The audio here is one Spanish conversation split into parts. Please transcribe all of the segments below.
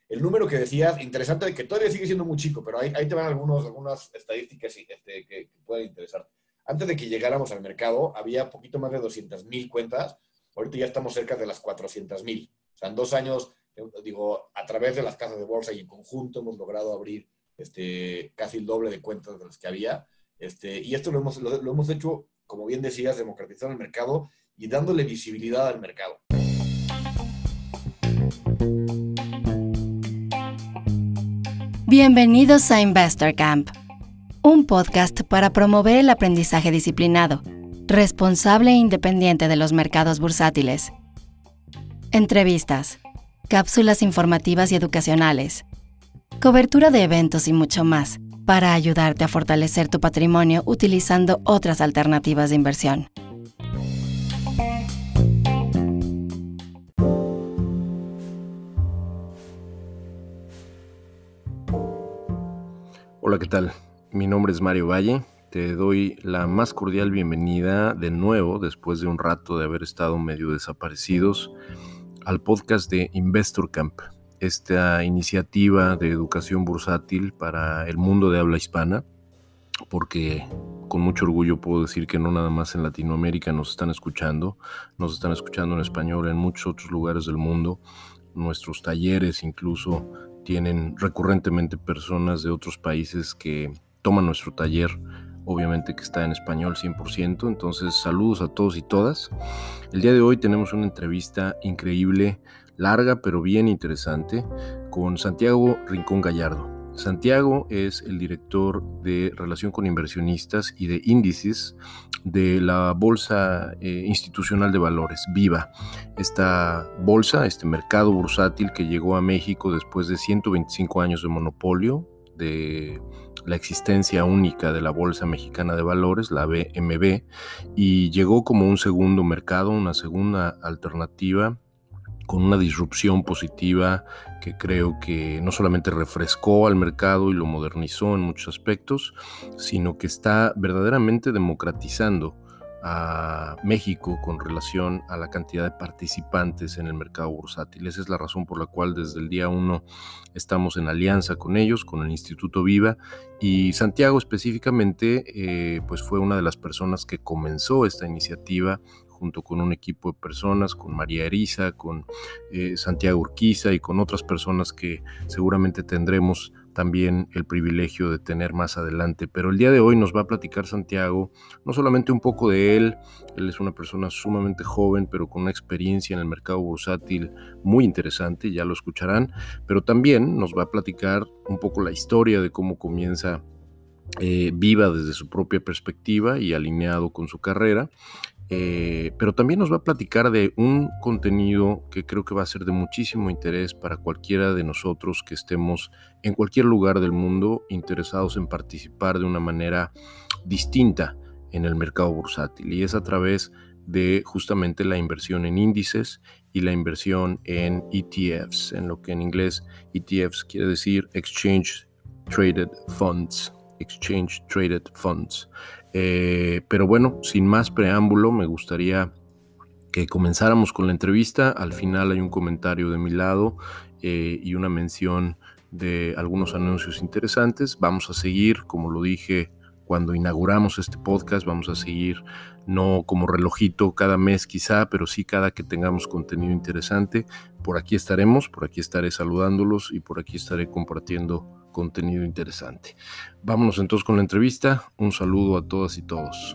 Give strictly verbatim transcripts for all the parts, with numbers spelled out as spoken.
el número que decías, interesante, de que todavía sigue siendo muy chico, pero ahí, ahí te van algunos, algunas estadísticas este, que, que pueden interesar. Antes de que llegáramos al mercado, había poquito más de doscientas mil cuentas. Ahorita ya estamos cerca de las cuatrocientas mil. O sea, en dos años, digo, a través de las casas de bolsa y en conjunto hemos logrado abrir este, casi el doble de cuentas de las que había. Este, y esto lo hemos, lo, lo hemos hecho, como bien decías, democratizando el mercado y dándole visibilidad al mercado. Bienvenidos a Investor Camp, un podcast para promover el aprendizaje disciplinado, responsable e independiente de los mercados bursátiles. Entrevistas, cápsulas informativas y educacionales, cobertura de eventos y mucho más para ayudarte a fortalecer tu patrimonio utilizando otras alternativas de inversión. Hola, ¿qué tal? Mi nombre es Mario Valle. Te doy la más cordial bienvenida de nuevo, después de un rato de haber estado medio desaparecidos, al podcast de Investor Camp, esta iniciativa de educación bursátil para el mundo de habla hispana, porque con mucho orgullo puedo decir que no nada más en Latinoamérica nos están escuchando, nos están escuchando en español en muchos otros lugares del mundo. Nuestros talleres incluso tienen recurrentemente personas de otros países que toman nuestro taller, obviamente que está en español cien por ciento, entonces saludos a todos y todas. El día de hoy tenemos una entrevista increíble, larga pero bien interesante, con Santiago Rincón Gallardo. Santiago es el director de Relación con Inversionistas y de Índices de la Bolsa eh, Institucional de Valores, Viva. Esta bolsa, este mercado bursátil que llegó a México después de ciento veinticinco años de monopolio, de la existencia única de la Bolsa Mexicana de Valores, la B M V, y llegó como un segundo mercado, una segunda alternativa, con una disrupción positiva que creo que no solamente refrescó al mercado y lo modernizó en muchos aspectos, sino que está verdaderamente democratizando a México con relación a la cantidad de participantes en el mercado bursátil. Esa es la razón por la cual desde el día uno estamos en alianza con ellos, con el Instituto Viva, y Santiago específicamente eh, pues fue una de las personas que comenzó esta iniciativa junto con un equipo de personas, con María Eriza, con eh, Santiago Urquiza y con otras personas que seguramente tendremos también el privilegio de tener más adelante. Pero el día de hoy nos va a platicar Santiago no solamente un poco de él. Él es una persona sumamente joven, pero con una experiencia en el mercado bursátil muy interesante, ya lo escucharán, pero también nos va a platicar un poco la historia de cómo comienza eh, Viva desde su propia perspectiva y alineado con su carrera. Eh, pero también nos va a platicar de un contenido que creo que va a ser de muchísimo interés para cualquiera de nosotros que estemos en cualquier lugar del mundo interesados en participar de una manera distinta en el mercado bursátil, y es a través de justamente la inversión en índices y la inversión en E T Fs, en lo que en inglés E T Fs quiere decir Exchange Traded Funds. Exchange Traded Funds. Eh, pero bueno, sin más preámbulo, me gustaría que comenzáramos con la entrevista. Al final hay un comentario de mi lado eh, y una mención de algunos anuncios interesantes. Vamos a seguir, como lo dije cuando inauguramos este podcast, vamos a seguir no como relojito cada mes quizá, pero sí cada que tengamos contenido interesante. Por aquí estaremos, por aquí estaré saludándolos y por aquí estaré compartiendo contenido interesante. Vámonos entonces con la entrevista. Un saludo a todas y todos.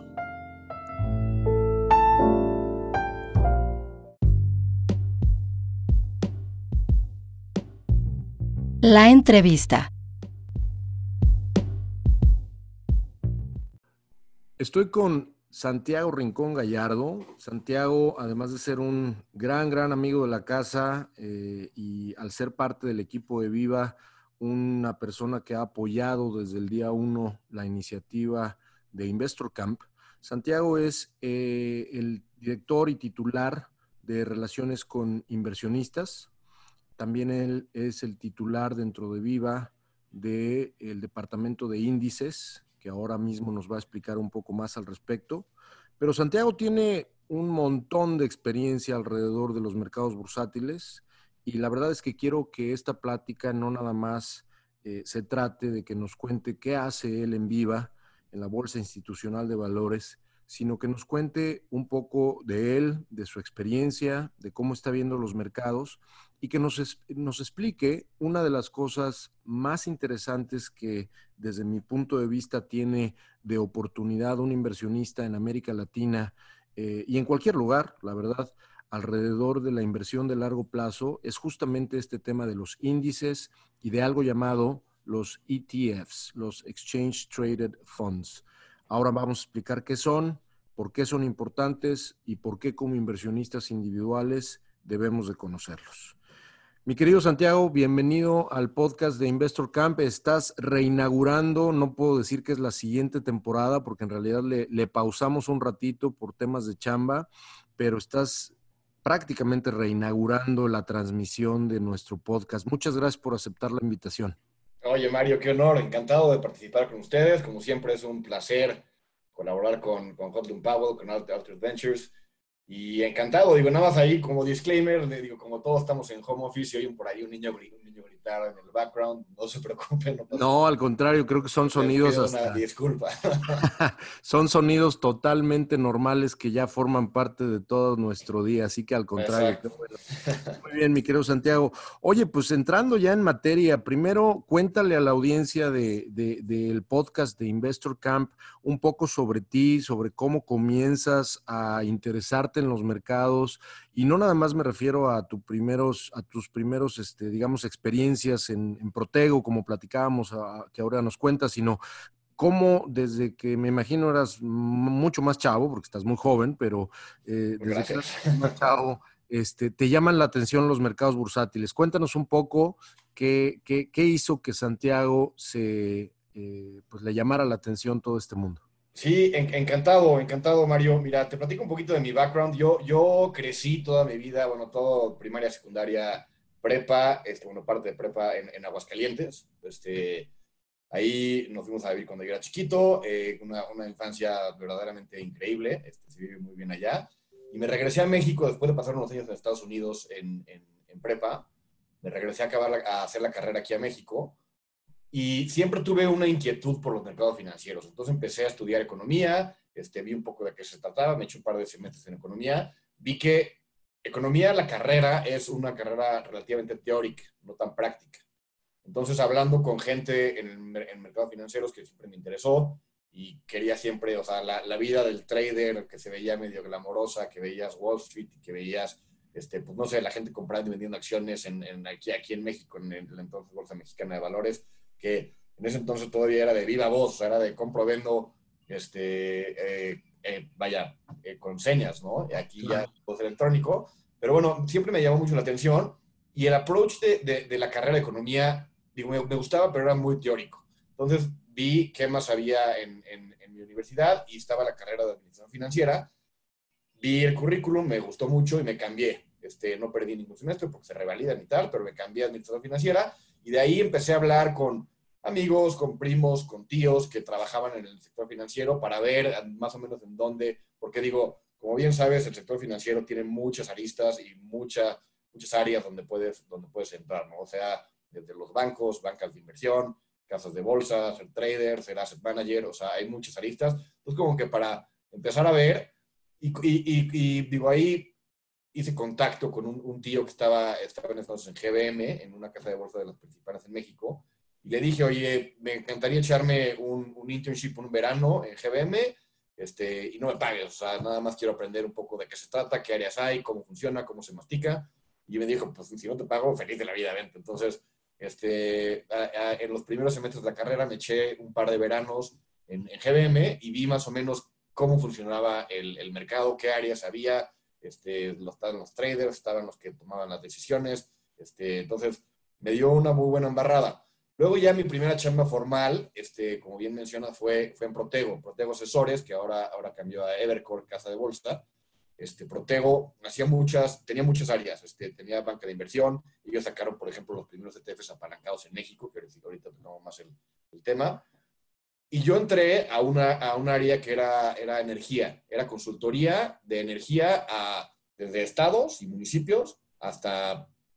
La entrevista. Estoy con Santiago Rincón Gallardo. Santiago, además de ser un gran, gran amigo de la casa eh, y al ser parte del equipo de Viva, una persona que ha apoyado desde el día uno la iniciativa de Investor Camp. Santiago es eh, el director y titular de Relaciones con Inversionistas. También él es el titular dentro de Viva del departamento de índices, que ahora mismo nos va a explicar un poco más al respecto. Pero Santiago tiene un montón de experiencia alrededor de los mercados bursátiles y la verdad es que quiero que esta plática no nada más eh, se trate de que nos cuente qué hace él en Viva, en la Bolsa Institucional de Valores, sino que nos cuente un poco de él, de su experiencia, de cómo está viendo los mercados y que nos, nos explique una de las cosas más interesantes que desde mi punto de vista tiene de oportunidad un inversionista en América Latina eh, y en cualquier lugar, la verdad, alrededor de la inversión de largo plazo, es justamente este tema de los índices y de algo llamado los E T Fs, los Exchange Traded Funds. Ahora vamos a explicar qué son, por qué son importantes y por qué como inversionistas individuales debemos de conocerlos. Mi querido Santiago, bienvenido al podcast de Investor Camp. Estás reinaugurando, no puedo decir que es la siguiente temporada porque en realidad le, le pausamos un ratito por temas de chamba, pero estás prácticamente reinaugurando la transmisión de nuestro podcast. Muchas gracias por aceptar la invitación. Oye, Mario, qué honor, encantado de participar con ustedes. Como siempre, es un placer colaborar con, con Hudlin Powell, con Altered Ventures. Y encantado, digo, nada más ahí como disclaimer, le digo, como todos estamos en home office y oyen por ahí un niño, un niño gritar en el background, no se preocupen. No, no al contrario, creo que son sonidos hasta... una disculpa. Son sonidos totalmente normales que ya forman parte de todo nuestro día, así que al contrario. Bueno. Muy bien, mi querido Santiago. Oye, pues entrando ya en materia, primero cuéntale a la audiencia de, de, del podcast de Investor Camp un poco sobre ti, sobre cómo comienzas a interesarte en los mercados, y no nada más me refiero a, tu primeros, a tus primeros, este, digamos, experiencias en, en Protego, como platicábamos, a, que ahora nos cuentas, sino cómo desde que me imagino eras mucho más chavo, porque estás muy joven, pero eh, desde Gracias. que eras más chavo, este, te llaman la atención los mercados bursátiles. Cuéntanos un poco qué, qué, qué hizo que Santiago se, eh, pues le llamara la atención todo este mundo. Sí, en, encantado, encantado, Mario. Mira, te platico un poquito de mi background. Yo, yo crecí toda mi vida, bueno, todo primaria, secundaria, prepa, este, bueno, parte de prepa en, en Aguascalientes. Este, ahí nos fuimos a vivir cuando yo era chiquito, eh, una, una infancia verdaderamente increíble, este, se vive muy bien allá. Y me regresé a México después de pasar unos años en Estados Unidos en, en, en prepa. Me regresé a, acabar la, a hacer la carrera aquí a México. Y siempre tuve una inquietud por los mercados financieros. Entonces empecé a estudiar economía, este, vi un poco de qué se trataba, me eché un par de semestres en economía. Vi que economía, la carrera, es una carrera relativamente teórica, no tan práctica. Entonces, hablando con gente en, el, en mercados financieros que siempre me interesó y quería siempre, o sea, la, la vida del trader que se veía medio glamorosa, que veías Wall Street y que veías, este, pues no sé, la gente comprando y vendiendo acciones en, en aquí, aquí en México, en el entonces Bolsa Mexicana de Valores, que en ese entonces todavía era de viva voz, o sea, era de compro, vendo, este, eh, eh, vaya, eh, con señas, ¿no? Y aquí claro. Ya todo es electrónico. Pero bueno, siempre me llamó mucho la atención y el approach de, de, de la carrera de economía, digo, me, me gustaba, pero era muy teórico. Entonces vi qué más había en, en, en mi universidad y estaba la carrera de administración financiera. Vi el currículum, me gustó mucho y me cambié. Este, no perdí ningún semestre porque se revalidan y tal, pero me cambié a administración financiera y de ahí empecé a hablar con amigos, con primos, con tíos que trabajaban en el sector financiero para ver más o menos en dónde, porque digo, como bien sabes, el sector financiero tiene muchas aristas y mucha, muchas áreas donde puedes, donde puedes entrar, ¿no? O sea, desde los bancos, bancas de inversión, casas de bolsa, ser trader, ser asset manager, o sea, hay muchas aristas. Entonces, como que para empezar a ver, y, y, y, y digo, ahí hice contacto con un, un tío que estaba, estaba en Estados Unidos en G B M, en una casa de bolsa de las principales en México, y le dije, oye, me encantaría echarme un, un internship un verano en G B M, este, y no me pagues, o sea, nada más quiero aprender un poco de qué se trata, qué áreas hay, cómo funciona, cómo se mastica, y me dijo, pues si no te pago, feliz de la vida, vente. Entonces, este, a, a, en los primeros semestres de la carrera me eché un par de veranos en, en G B M y vi más o menos cómo funcionaba el, el mercado, qué áreas había, este, los, estaban los traders, estaban los que tomaban las decisiones, este, entonces me dio una muy buena embarrada. Luego ya mi primera chamba formal, este, como bien mencionas, fue, fue en Protego, Protego Asesores, que ahora, ahora cambió a Evercore, casa de bolsa. Este, Protego hacía muchas, tenía muchas áreas, este, tenía banca de inversión, ellos sacaron, por ejemplo, los primeros E T Fs apalancados en México, que ahorita tocamos más el, el tema. Y yo entré a una, a un área que era, era energía, era consultoría de energía a, desde estados y municipios hasta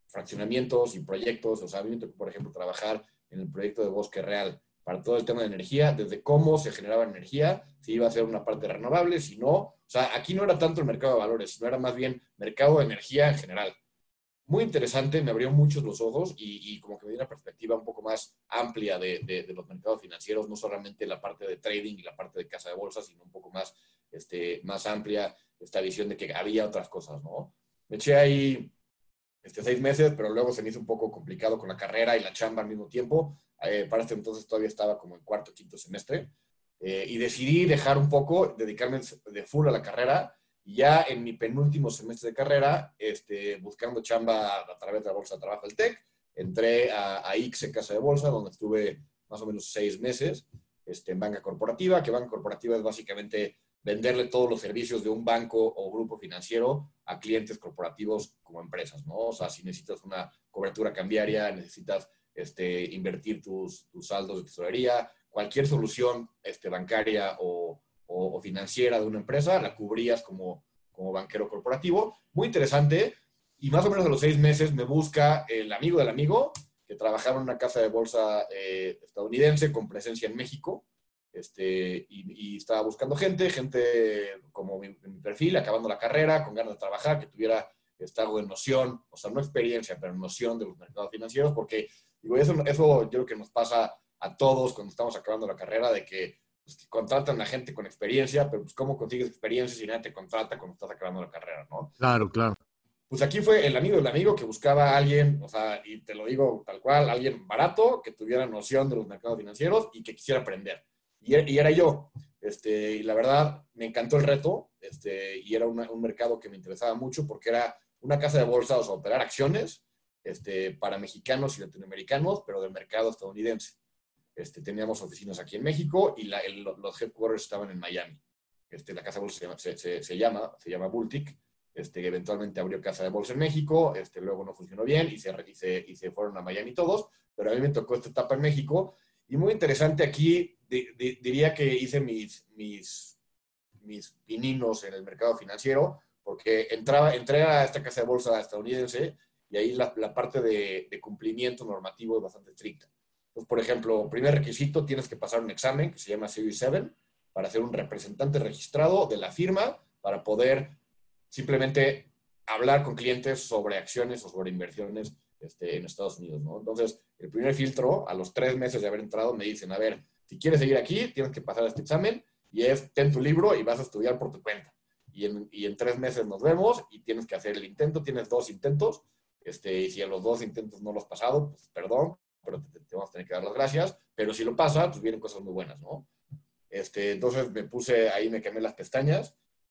fraccionamientos y proyectos. O sea, a mí me tocó, por ejemplo, trabajar en el proyecto de Bosque Real para todo el tema de energía, desde cómo se generaba energía, si iba a ser una parte renovable, si no. O sea, aquí no era tanto el mercado de valores, sino era más bien mercado de energía en general. Muy interesante, me abrió muchos los ojos y, y como que me dio una perspectiva un poco más amplia de, de, de los mercados financieros, no solamente la parte de trading y la parte de casa de bolsa, sino un poco más, este, más amplia, esta visión de que había otras cosas, ¿no? Me eché ahí este, seis meses, pero luego se me hizo un poco complicado con la carrera y la chamba al mismo tiempo. Eh, para este entonces todavía estaba como en cuarto o quinto semestre eh, y decidí dejar un poco, dedicarme de full a la carrera. Y ya en mi penúltimo semestre de carrera, este, buscando chamba a través de la Bolsa de Trabajo del TEC, entré a, a I C S E Casa de Bolsa, donde estuve más o menos seis meses este, en banca corporativa, que banca corporativa es básicamente venderle todos los servicios de un banco o grupo financiero a clientes corporativos como empresas, ¿no? O sea, si necesitas una cobertura cambiaria, necesitas este, invertir tus, tus saldos de tesorería, cualquier solución este, bancaria o O, o financiera de una empresa, la cubrías como, como banquero corporativo. Muy interesante. Y más o menos a los seis meses me busca el amigo del amigo, que trabajaba en una casa de bolsa eh, estadounidense con presencia en México. Este, y, y estaba buscando gente, gente como mi, mi perfil, acabando la carrera, con ganas de trabajar, que tuviera este, algo de noción, o sea, no experiencia, pero noción de los mercados financieros, porque digo, eso, eso yo creo que nos pasa a todos cuando estamos acabando la carrera, de que pues, contratan a gente con experiencia, pero pues ¿cómo consigues experiencia si nadie te contrata cuando estás acabando la carrera, ¿no? Claro, claro. Pues aquí fue el amigo del amigo que buscaba a alguien, o sea, y te lo digo tal cual, alguien barato, que tuviera noción de los mercados financieros y que quisiera aprender. Y, y era yo. Este, y la verdad, me encantó el reto, este, y era una, un mercado que me interesaba mucho porque era una casa de bolsa, o sea, operar acciones este, para mexicanos y latinoamericanos, pero del mercado estadounidense. Este, teníamos oficinas aquí en México y la, el, los headquarters estaban en Miami. Este, la casa de bolsa se llama, se, se, se llama, se llama Bultic, este, que eventualmente abrió casa de bolsa en México, este, luego no funcionó bien y se, y, se, y se fueron a Miami todos, pero a mí me tocó esta etapa en México y muy interesante aquí, di, di, diría que hice mis, mis, mis pininos en el mercado financiero, porque entraba, entré a esta casa de bolsa estadounidense y ahí la, la parte de, de cumplimiento normativo es bastante estricta. Entonces, por ejemplo, primer requisito, tienes que pasar un examen que se llama Series siete para ser un representante registrado de la firma, para poder simplemente hablar con clientes sobre acciones o sobre inversiones este, en Estados Unidos, ¿no? Entonces, el primer filtro, a los tres meses de haber entrado, me dicen, a ver, si quieres seguir aquí, tienes que pasar este examen y es, ten tu libro y vas a estudiar por tu cuenta. Y en, y en tres meses nos vemos y tienes que hacer el intento, tienes dos intentos, este, y si a los dos intentos no los has pasado, pues perdón, pero te, te vamos a tener que dar las gracias, pero si lo pasa, pues vienen cosas muy buenas, ¿no? Este, entonces me puse, ahí me quemé las pestañas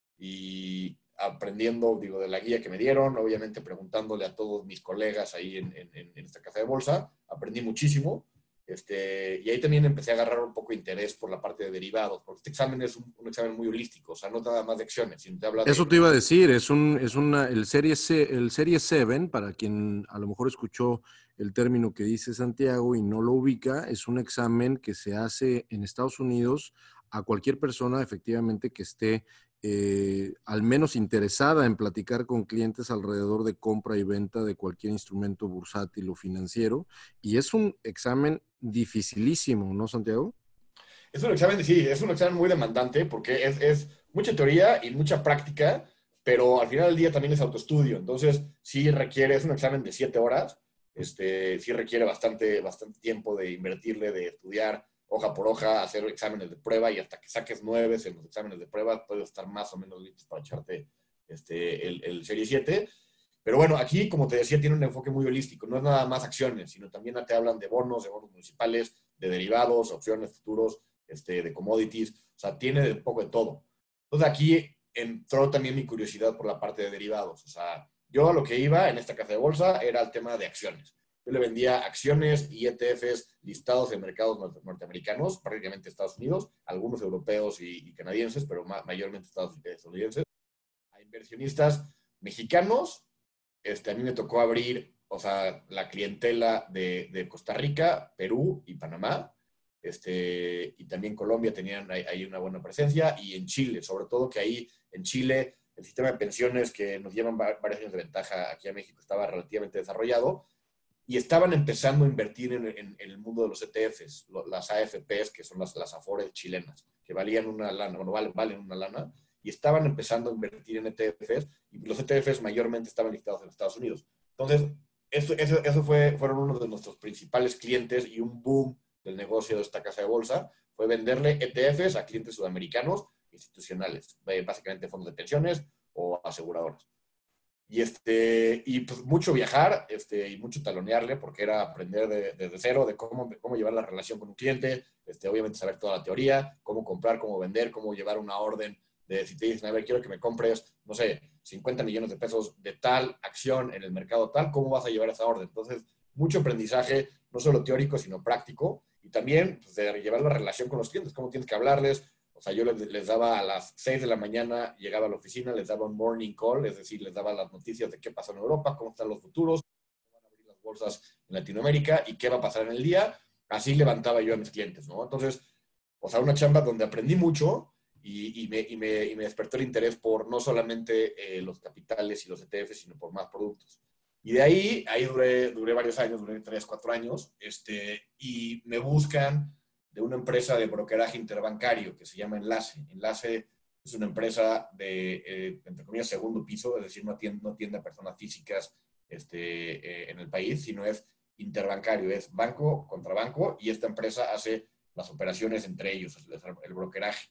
y aprendiendo, digo, de la guía que me dieron, obviamente preguntándole a todos mis colegas ahí en, en, en esta casa de bolsa, aprendí muchísimo, este, y ahí también empecé a agarrar un poco de interés por la parte de derivados, porque este examen es un, un examen muy holístico, o sea, no nada más de acciones, sino te habla de... Eso te iba a decir, es un, es una, el Serie C, el Serie siete, para quien a lo mejor escuchó el término que dice Santiago y no lo ubica, es un examen que se hace en Estados Unidos a cualquier persona efectivamente que esté eh, al menos interesada en platicar con clientes alrededor de compra y venta de cualquier instrumento bursátil o financiero, y es un examen dificilísimo, ¿no, Santiago? Es un examen, sí, es un examen muy demandante porque es, es mucha teoría y mucha práctica, pero al final del día también es autoestudio. Entonces, sí requiere, es un examen de siete horas, este, sí requiere bastante, bastante tiempo de invertirle, de estudiar hoja por hoja, hacer exámenes de prueba y hasta que saques nueve en los exámenes de prueba, puedes estar más o menos listos para echarte este, el, el Serie siete. Pero bueno, aquí, como te decía, tiene un enfoque muy holístico. No es nada más acciones, sino también te hablan de bonos, de bonos municipales, de derivados, opciones, futuros, este, de commodities. O sea, tiene un poco de todo. Entonces aquí entró también mi curiosidad por la parte de derivados. O sea, yo a lo que iba en esta casa de bolsa era el tema de acciones. Yo le vendía acciones y E T Fs listados en mercados norteamericanos, prácticamente Estados Unidos, algunos europeos y, y canadienses, pero ma mayormente estadounidenses, a inversionistas mexicanos. Este, a mí me tocó abrir, o sea, la clientela de, de Costa Rica, Perú y Panamá. Este, y también Colombia tenían ahí una buena presencia, y en Chile, sobre todo que ahí en Chile el sistema de pensiones que nos llevan varios años de ventaja aquí a México estaba relativamente desarrollado y estaban empezando a invertir en, en, en el mundo de los E T Fs, las A F Ps, que son las, las Afores chilenas, que valían una lana, bueno, valen, valen una lana, y estaban empezando a invertir en E T Fs, y los E T Fs mayormente estaban listados en Estados Unidos. Entonces, eso, eso, eso fue, fueron uno de nuestros principales clientes y un boom del negocio de esta casa de bolsa, fue venderle E T Fs a clientes sudamericanos institucionales, básicamente fondos de pensiones o aseguradoras. Y, este, y pues mucho viajar este, y mucho talonearle, porque era aprender desde de, de cero de cómo, cómo llevar la relación con un cliente, este, obviamente saber toda la teoría, cómo comprar, cómo vender, cómo llevar una orden de si te dicen, a ver, quiero que me compres, no sé, cincuenta millones de pesos de tal acción en el mercado tal, ¿cómo vas a llevar esa orden? Entonces, mucho aprendizaje, no solo teórico, sino práctico, y también pues, de llevar la relación con los clientes, cómo tienes que hablarles. O sea, yo les, les daba a las seis de la mañana, llegaba a la oficina, les daba un morning call, es decir, les daba las noticias de qué pasó en Europa, cómo están los futuros, cómo van a abrir las bolsas en Latinoamérica y qué va a pasar en el día. Así levantaba yo a mis clientes, ¿no? Entonces, o sea, una chamba donde aprendí mucho y, y, me, y, me, y me despertó el interés por no solamente eh, los capitales y los E T Fs, sino por más productos. Y de ahí, ahí duré, duré varios años, duré tres, cuatro años, este, y me buscan de una empresa de brokeraje interbancario que se llama Enlace. Enlace es una empresa de, eh, entre comillas, segundo piso, es decir, no atiende, no atiende a personas físicas este, eh, en el país, sino es interbancario, es banco contra banco, y esta empresa hace las operaciones entre ellos, el, el brokeraje.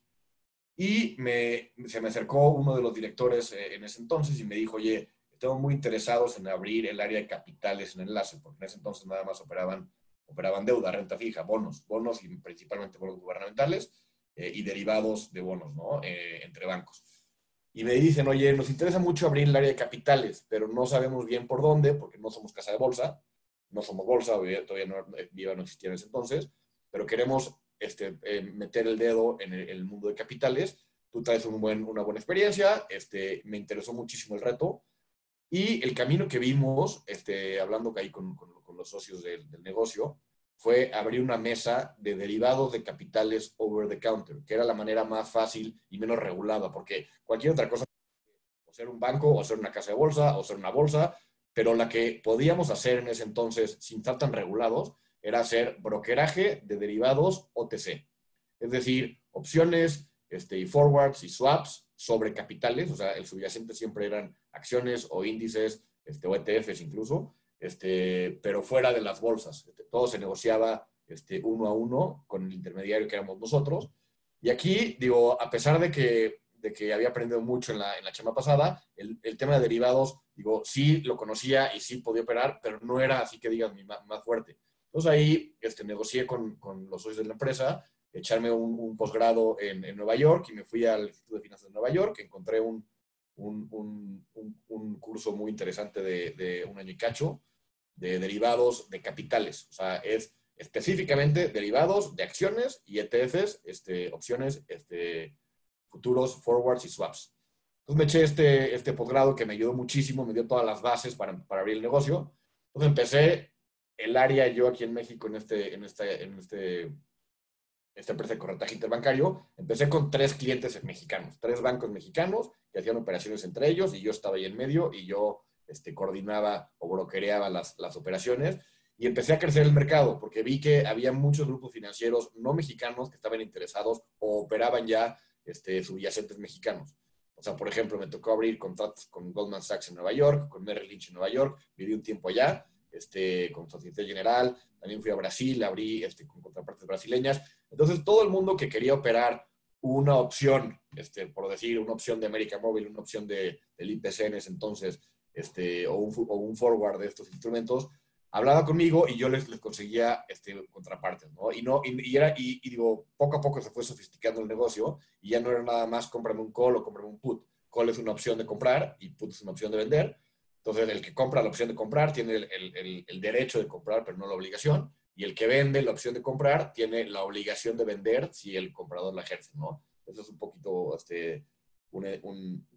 Y me, se me acercó uno de los directores eh, en ese entonces y me dijo, oye, estamos muy interesados en abrir el área de capitales en Enlace, porque en ese entonces nada más operaban operaban deuda, renta fija, bonos, bonos y principalmente bonos gubernamentales eh, y derivados de bonos, ¿no? Eh, entre bancos. Y me dicen, oye, nos interesa mucho abrir el área de capitales, pero no sabemos bien por dónde, porque no somos casa de bolsa, no somos bolsa, todavía no, Viva no existía en ese entonces, pero queremos este, eh, meter el dedo en el, el mundo de capitales. Tú traes un buen, una buena experiencia, este, me interesó muchísimo el reto. Y el camino que vimos, este, hablando ahí con, con, con los socios del, del negocio, fue abrir una mesa de derivados de capitales over the counter, que era la manera más fácil y menos regulada, porque cualquier otra cosa, o ser un banco, o ser una casa de bolsa, o ser una bolsa, pero la que podíamos hacer en ese entonces, sin estar tan regulados, era hacer brokeraje de derivados O T C. Es decir, opciones este, y forwards y swaps sobre capitales, o sea, el subyacente siempre eran acciones o índices, este, o E T Fs incluso, este, pero fuera de las bolsas. Este, todo se negociaba este, uno a uno con el intermediario que éramos nosotros. Y aquí, digo, a pesar de que, de que había aprendido mucho en la, en la chamba pasada, el, el tema de derivados, digo, sí lo conocía y sí podía operar, pero no era así que digas mi más, más fuerte. Entonces ahí este, negocié con, con los socios de la empresa, echarme un, un posgrado en, en Nueva York y me fui al Instituto de Finanzas de Nueva York, encontré un, un, un, un, un curso muy interesante de, de un año y cacho de derivados de capitales. O sea, es específicamente derivados de acciones y E T Fs, este, opciones, este, futuros, forwards y swaps. Entonces me eché este, este posgrado que me ayudó muchísimo, me dio todas las bases para, para abrir el negocio. Entonces empecé el área yo aquí en México en este, en este, en este esta empresa de corretaje interbancario, empecé con tres clientes mexicanos, tres bancos mexicanos que hacían operaciones entre ellos y yo estaba ahí en medio y yo este, coordinaba o brokereaba las, las operaciones y empecé a crecer el mercado porque vi que había muchos grupos financieros no mexicanos que estaban interesados o operaban ya este, subyacentes mexicanos. O sea, por ejemplo, me tocó abrir contratos con Goldman Sachs en Nueva York, con Merrill Lynch en Nueva York, viví un tiempo allá, este, con Société General, también fui a Brasil, abrí este, con contrapartes brasileñas. Entonces, todo el mundo que quería operar una opción, este, por decir, una opción de América Móvil, una opción de, del I P C en ese entonces, este, o, un, o un forward de estos instrumentos, hablaba conmigo y yo les, les conseguía este, contrapartes, ¿no? Y, no y, y, era, y, y digo, poco a poco se fue sofisticando el negocio y ya no era nada más cómprame un call o cómprame un put. Call es una opción de comprar y put es una opción de vender. Entonces, el que compra la opción de comprar tiene el, el, el, el derecho de comprar, pero no la obligación. Y el que vende la opción de comprar tiene la obligación de vender si el comprador la ejerce, ¿no? Eso es un poquito, este, un, un,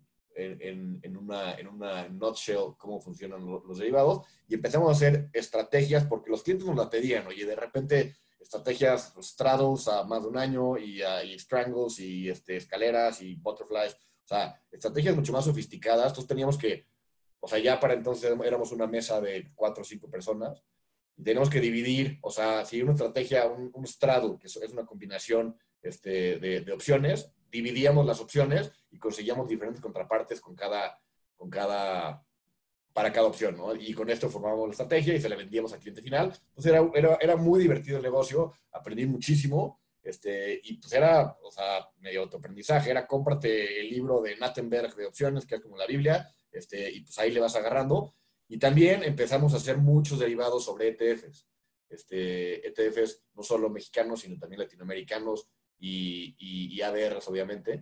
en, en, una, en una nutshell cómo funcionan los, los derivados. Y empezamos a hacer estrategias porque los clientes nos las pedían, oye, de repente estrategias straddles a más de un año y, uh, y strangles y este, escaleras y butterflies. sea, estrategias mucho más sofisticadas. Entonces teníamos que, o sea, ya para entonces éramos una mesa de cuatro o cinco personas. Tenemos que dividir, o sea, si una estrategia, un, un straddle, que es, es una combinación este, de, de opciones, dividíamos las opciones y conseguíamos diferentes contrapartes con cada, con cada, para cada opción, ¿no? Y con esto formábamos la estrategia y se la vendíamos al cliente final. Entonces era, era, era muy divertido el negocio, aprendí muchísimo, este, y pues era, o sea, medio autoaprendizaje, era cómprate el libro de Nattenberg de opciones, que es como la Biblia, este, y pues ahí le vas agarrando. Y también empezamos a hacer muchos derivados sobre E T Fs. Este, E T Fs no solo mexicanos, sino también latinoamericanos y, y, y A D Rs, obviamente.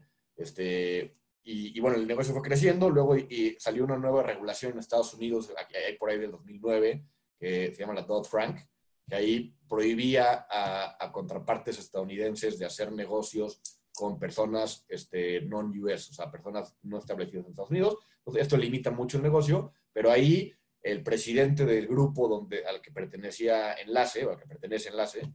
Este, y, y bueno, el negocio fue creciendo. Luego y, y salió una nueva regulación en Estados Unidos, ahí por ahí del dos mil nueve, que se llama la Dodd-Frank, que ahí prohibía a, a contrapartes estadounidenses de hacer negocios con personas este, non-U S, o sea, personas no establecidas en Estados Unidos. Entonces, esto limita mucho el negocio, pero ahí el presidente del grupo donde, al que pertenecía Enlace, o al que pertenece Enlace,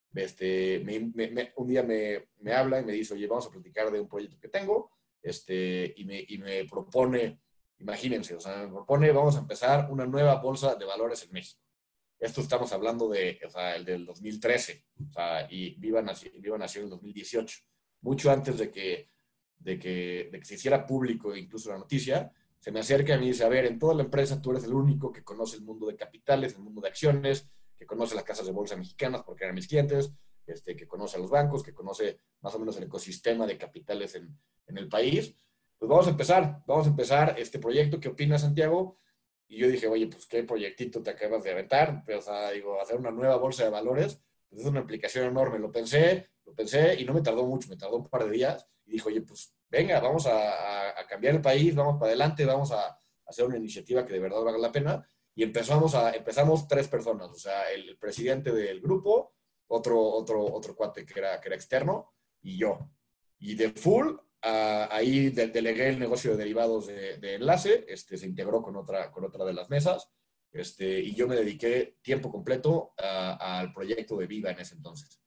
este, me, me, me, un día me, me habla y me dice, oye, vamos a platicar de un proyecto que tengo, este, y, me, y me propone, imagínense, o sea, me propone, vamos a empezar una nueva bolsa de valores en México. Esto estamos hablando de, o sea, el del dos mil trece, o sea, y Viva nació, Viva nació en el dos mil dieciocho, mucho antes de que, de que, de que se hiciera público incluso la noticia. Se me acerca y me dice, a ver, en toda la empresa tú eres el único que conoce el mundo de capitales, el mundo de acciones, que conoce las casas de bolsa mexicanas porque eran mis clientes, este, que conoce a los bancos, que conoce más o menos el ecosistema de capitales en, en el país. Pues vamos a empezar, vamos a empezar este proyecto. ¿Qué opinas, Santiago? Y yo dije, oye, pues qué proyectito te acabas de aventar. Pero, o sea, digo, hacer una nueva bolsa de valores, pues es una aplicación enorme. Lo pensé, lo pensé y no me tardó mucho, me tardó un par de días. Y dije, oye, pues venga, vamos a, a, a cambiar el país, vamos para adelante, vamos a, a hacer una iniciativa que de verdad valga la pena. Y empezamos, a, empezamos tres personas, o sea, el, el presidente del grupo, otro, otro, otro cuate que era, que era externo, y yo. Y de full, uh, ahí de, delegué el negocio de derivados de, de Enlace, este, se integró con otra, con otra de las mesas, este, y yo me dediqué tiempo completo uh, al proyecto de Viva en ese entonces.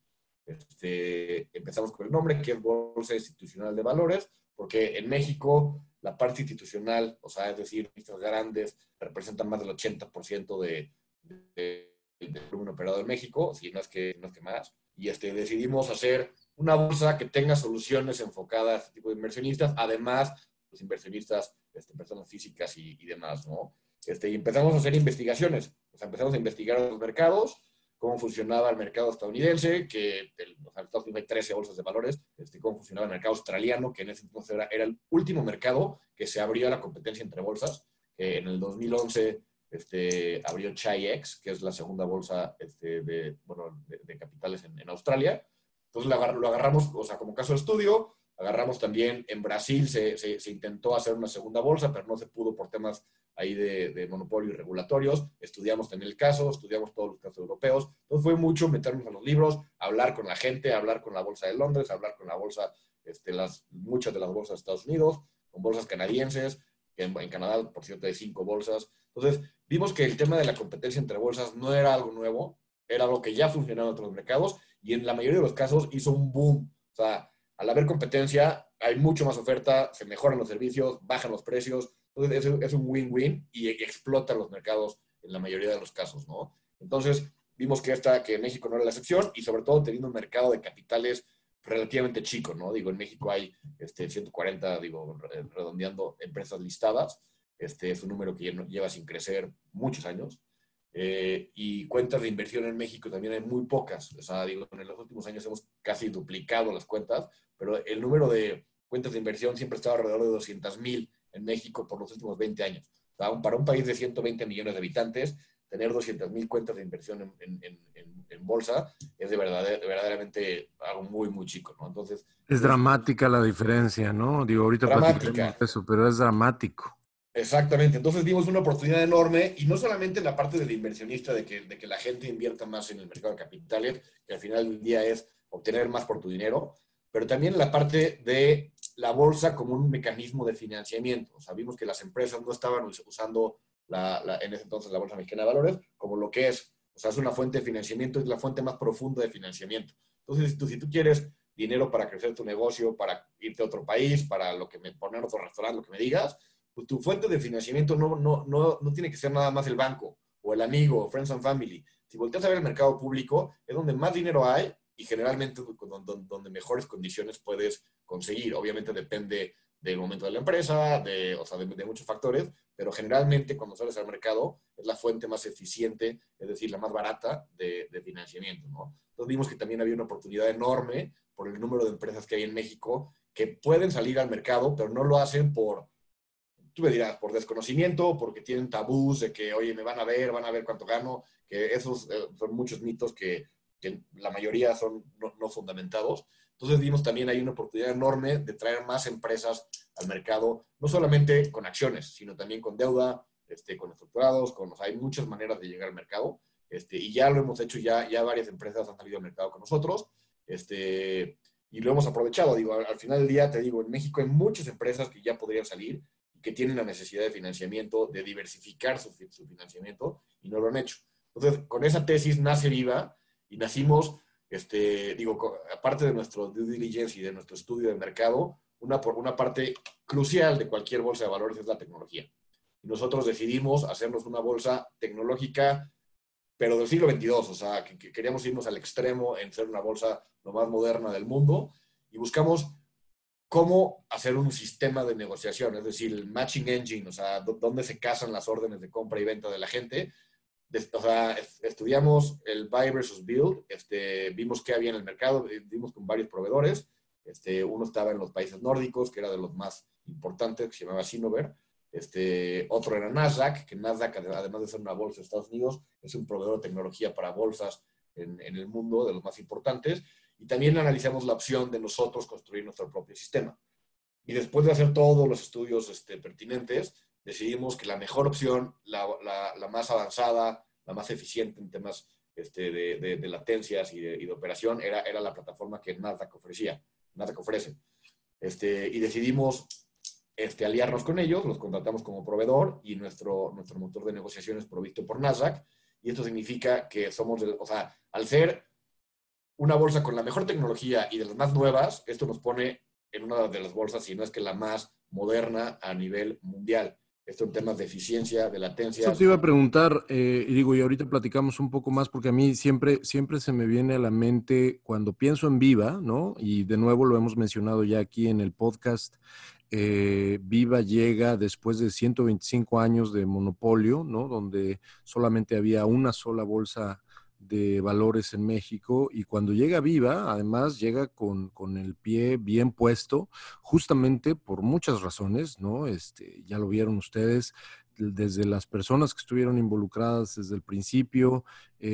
Este, empezamos con el nombre, que es Bolsa Institucional de Valores, porque en México la parte institucional, o sea, es decir, estas grandes, representan más del ochenta por ciento de, de, del volumen operado en México, si no es que, no es que más. Y este, decidimos hacer una bolsa que tenga soluciones enfocadas a este tipo de inversionistas, además, los inversionistas, este, personas físicas y, y demás, ¿no? Este, y empezamos a hacer investigaciones, o sea, empezamos a investigar los mercados, cómo funcionaba el mercado estadounidense, que el, o sea, en Estados Unidos hay trece bolsas de valores, este, cómo funcionaba el mercado australiano, que en ese entonces era, era el último mercado que se abrió a la competencia entre bolsas, que en el dos mil once este, abrió Chi-X, que es la segunda bolsa este, de, bueno, de, de capitales en, en Australia. Entonces lo, agar, lo agarramos, o sea, como caso de estudio, agarramos también, en Brasil se, se, se intentó hacer una segunda bolsa, pero no se pudo por temas ahí de, de monopolio y regulatorios. Estudiamos también el caso, estudiamos todos los casos europeos. Entonces fue mucho meternos a los libros, hablar con la gente, hablar con la bolsa de Londres, hablar con la bolsa, este, las, muchas de las bolsas de Estados Unidos, con bolsas canadienses, que en, en Canadá, por cierto, hay cinco bolsas. Entonces vimos que el tema de la competencia entre bolsas no era algo nuevo, era algo que ya funcionaba en otros mercados y en la mayoría de los casos hizo un boom. O sea, al haber competencia, hay mucho más oferta, se mejoran los servicios, bajan los precios. Entonces, es un win-win y explotan los mercados en la mayoría de los casos, ¿no? Entonces, vimos que, esta, que México no era la excepción y sobre todo teniendo un mercado de capitales relativamente chico, ¿no? Digo, en México hay este, ciento cuarenta, digo, redondeando, empresas listadas. Este es un número que lleva sin crecer muchos años. Eh, y cuentas de inversión en México también hay muy pocas. O sea, digo, en los últimos años hemos casi duplicado las cuentas, pero el número de cuentas de inversión siempre estaba alrededor de doscientas mil en México por los últimos veinte años. O sea, para un país de ciento veinte millones de habitantes, tener doscientas mil cuentas de inversión en, en, en, en bolsa es de, verdad, de verdaderamente algo muy, muy chico, ¿no? Entonces... Es dramática la diferencia, ¿no? Digo, ahorita platicaremos de eso, pero es dramático. Exactamente. Entonces vimos una oportunidad enorme y no solamente en la parte del inversionista, de que, de que la gente invierta más en el mercado de capitales, que al final del día es obtener más por tu dinero, pero también en la parte de la bolsa como un mecanismo de financiamiento. O sea, vimos que las empresas no estaban usando la, la, en ese entonces la Bolsa Mexicana de Valores como lo que es. O sea, es una fuente de financiamiento, es la fuente más profunda de financiamiento. Entonces, si tú, si tú quieres dinero para crecer tu negocio, para irte a otro país, para lo que me, poner otro restaurante, lo que me digas, pues tu fuente de financiamiento no, no, no, no tiene que ser nada más el banco o el amigo, friends and family. Si volteas a ver el mercado público, es donde más dinero hay y generalmente donde, donde mejores condiciones puedes conseguir. Obviamente depende del momento de la empresa, de, o sea, de, de muchos factores, pero generalmente cuando sales al mercado es la fuente más eficiente, es decir, la más barata de, de financiamiento, ¿no? Entonces vimos que también había una oportunidad enorme por el número de empresas que hay en México que pueden salir al mercado, pero no lo hacen por, tú me dirás, por desconocimiento, porque tienen tabús de que, oye, me van a ver, van a ver cuánto gano, que esos eh, son muchos mitos que, que la mayoría son no, no fundamentados. Entonces vimos también hay una oportunidad enorme de traer más empresas al mercado, no solamente con acciones, sino también con deuda, este, con estructurados, con, o sea, hay muchas maneras de llegar al mercado, este, y ya lo hemos hecho, ya, ya varias empresas han salido al mercado con nosotros, este, y lo hemos aprovechado. Digo, al, al final del día, te digo, en México hay muchas empresas que ya podrían salir, que tienen la necesidad de financiamiento, de diversificar su, su financiamiento, y no lo han hecho. Entonces, con esa tesis nace Viva, y nacimos, este, digo, aparte de nuestro due diligence y de nuestro estudio de mercado, una, una parte crucial de cualquier bolsa de valores es la tecnología. Y nosotros decidimos hacernos una bolsa tecnológica, pero del siglo veintidós, o sea, que, que queríamos irnos al extremo en ser una bolsa lo más moderna del mundo, y buscamos cómo hacer un sistema de negociación, es decir, el matching engine, o sea, dónde se casan las órdenes de compra y venta de la gente. O sea, estudiamos el buy versus build, este, vimos qué había en el mercado, vimos con varios proveedores. Este, uno estaba en los países nórdicos, que era de los más importantes, que se llamaba Sinover. Este, otro era Nasdaq, que Nasdaq, además de ser una bolsa de Estados Unidos, es un proveedor de tecnología para bolsas en, en el mundo, de los más importantes. Y también analizamos la opción de nosotros construir nuestro propio sistema. Y después de hacer todos los estudios este, pertinentes, decidimos que la mejor opción, la, la, la más avanzada, la más eficiente en temas este, de, de, de latencias y de, y de operación, era, era la plataforma que Nasdaq ofrecía, Nasdaq ofrece. Este, y decidimos este, aliarnos con ellos, los contratamos como proveedor y nuestro, nuestro motor de negociación es provisto por Nasdaq. Y esto significa que somos, de, o sea, al ser una bolsa con la mejor tecnología y de las más nuevas, esto nos pone en una de las bolsas, si no es que la más moderna a nivel mundial. Esto en temas de eficiencia, de latencia. Eso te iba a preguntar, eh, y digo, y ahorita platicamos un poco más, porque a mí siempre, siempre se me viene a la mente cuando pienso en Viva, ¿no? Y de nuevo lo hemos mencionado ya aquí en el podcast, eh, Viva llega después de ciento veinticinco años de monopolio, ¿no? Donde solamente había una sola bolsa de valores en México, y cuando llega Viva, además llega con, con el pie bien puesto, justamente por muchas razones, ¿no? Este, ya lo vieron ustedes, desde las personas que estuvieron involucradas desde el principio,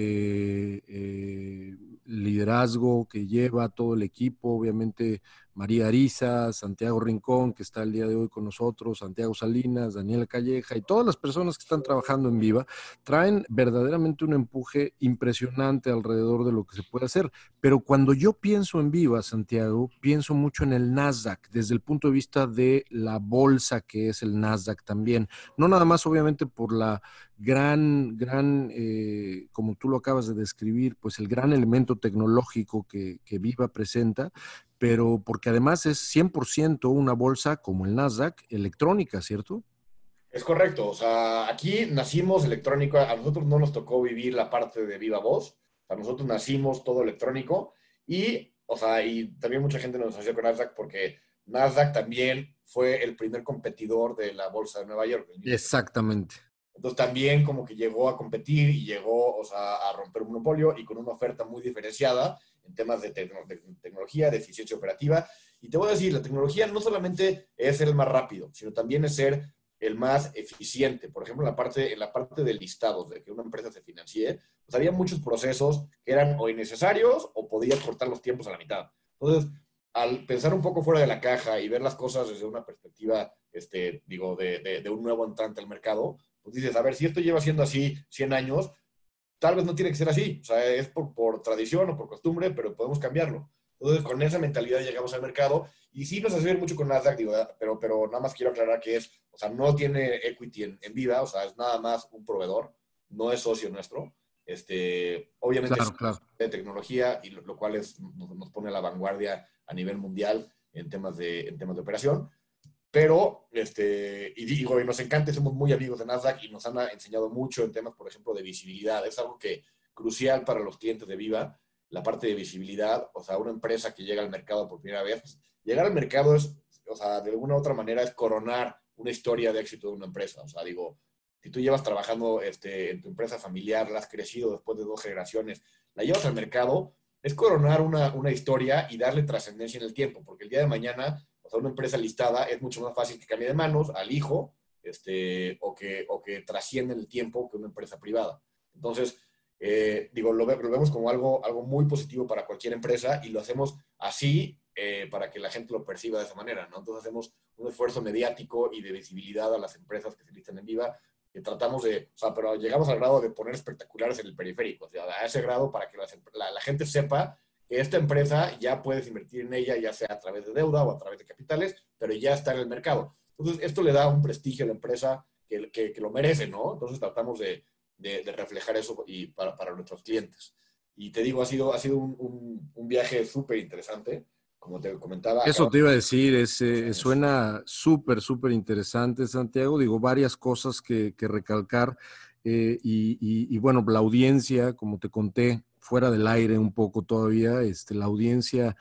eh, eh, liderazgo que lleva todo el equipo, obviamente María Ariza, Santiago Rincón, que está el día de hoy con nosotros, Santiago Salinas, Daniela Calleja y todas las personas que están trabajando en Viva, traen verdaderamente un empuje impresionante alrededor de lo que se puede hacer. Pero cuando yo pienso en Viva, Santiago, pienso mucho en el Nasdaq, desde el punto de vista de la bolsa que es el Nasdaq también. No nada más, obviamente, por la gran, gran, eh, como tú lo acabas de describir, pues el gran elemento tecnológico que, que Viva presenta, pero porque además es cien por ciento una bolsa como el Nasdaq electrónica, ¿cierto? Es correcto, o sea, aquí nacimos electrónico, a nosotros no nos tocó vivir la parte de viva voz, a nosotros nacimos todo electrónico y, o sea, y también mucha gente nos asoció con Nasdaq porque Nasdaq también fue el primer competidor de la bolsa de Nueva York. Exactamente. Entonces también como que llegó a competir y llegó, o sea, a romper un monopolio y con una oferta muy diferenciada en temas de, tecno de tecnología, de eficiencia operativa. Y te voy a decir, la tecnología no solamente es ser el más rápido, sino también es ser el más eficiente. Por ejemplo, en la parte, en la parte de listados, de que una empresa se financie, pues había muchos procesos que eran o innecesarios o podías cortar los tiempos a la mitad. Entonces, al pensar un poco fuera de la caja y ver las cosas desde una perspectiva, este, digo, de, de, de un nuevo entrante al mercado, pues dices, a ver, si esto lleva siendo así cien años, tal vez no tiene que ser así. O sea, es por, por tradición o por costumbre, pero podemos cambiarlo. Entonces, con esa mentalidad llegamos al mercado. Y sí nos hace mucho con Nasdaq, digo, pero, pero nada más quiero aclarar que es, o sea, no tiene equity en, en Viva, o sea, es nada más un proveedor, no es socio nuestro. Este, obviamente Claro, es claro. de tecnología, y lo, lo cual es, nos, nos pone a la vanguardia a nivel mundial en temas de, en temas de operación. Pero, este, y digo, y nos encanta, somos muy amigos de Nasdaq y nos han enseñado mucho en temas, por ejemplo, de visibilidad. Es algo que crucial para los clientes de Viva, la parte de visibilidad. O sea, una empresa que llega al mercado por primera vez, pues, llegar al mercado es, o sea, de alguna u otra manera es coronar una historia de éxito de una empresa. O sea, digo, si tú llevas trabajando este, en tu empresa familiar, la has crecido después de dos generaciones, la llevas al mercado, es coronar una, una historia y darle trascendencia en el tiempo, porque el día de mañana, o sea, una empresa listada es mucho más fácil que cambie de manos al hijo, este, o, que, o que trascienda en el tiempo que una empresa privada. Entonces, eh, digo, lo, lo, vemos como algo, algo muy positivo para cualquier empresa y lo hacemos así eh, para que la gente lo perciba de esa manera, ¿no? Entonces hacemos un esfuerzo mediático y de visibilidad a las empresas que se listan en Viva, que tratamos de, o sea, pero llegamos al grado de poner espectaculares en el periférico, o sea, a ese grado para que la, la, la gente sepa que esta empresa ya puedes invertir en ella, ya sea a través de deuda o a través de capitales, pero ya está en el mercado. Entonces, esto le da un prestigio a la empresa que, que, que lo merece, ¿no? Entonces, tratamos de, de, de reflejar eso y para, para nuestros clientes. Y te digo, ha sido, ha sido un, un, un viaje súper interesante. Como te comentaba, Eso acabamos te iba a decir, es, dos eh, años. suena súper, súper interesante, Santiago. Digo, varias cosas que, que recalcar. Eh, y, y, y bueno, la audiencia, como te conté, fuera del aire un poco todavía, este, la audiencia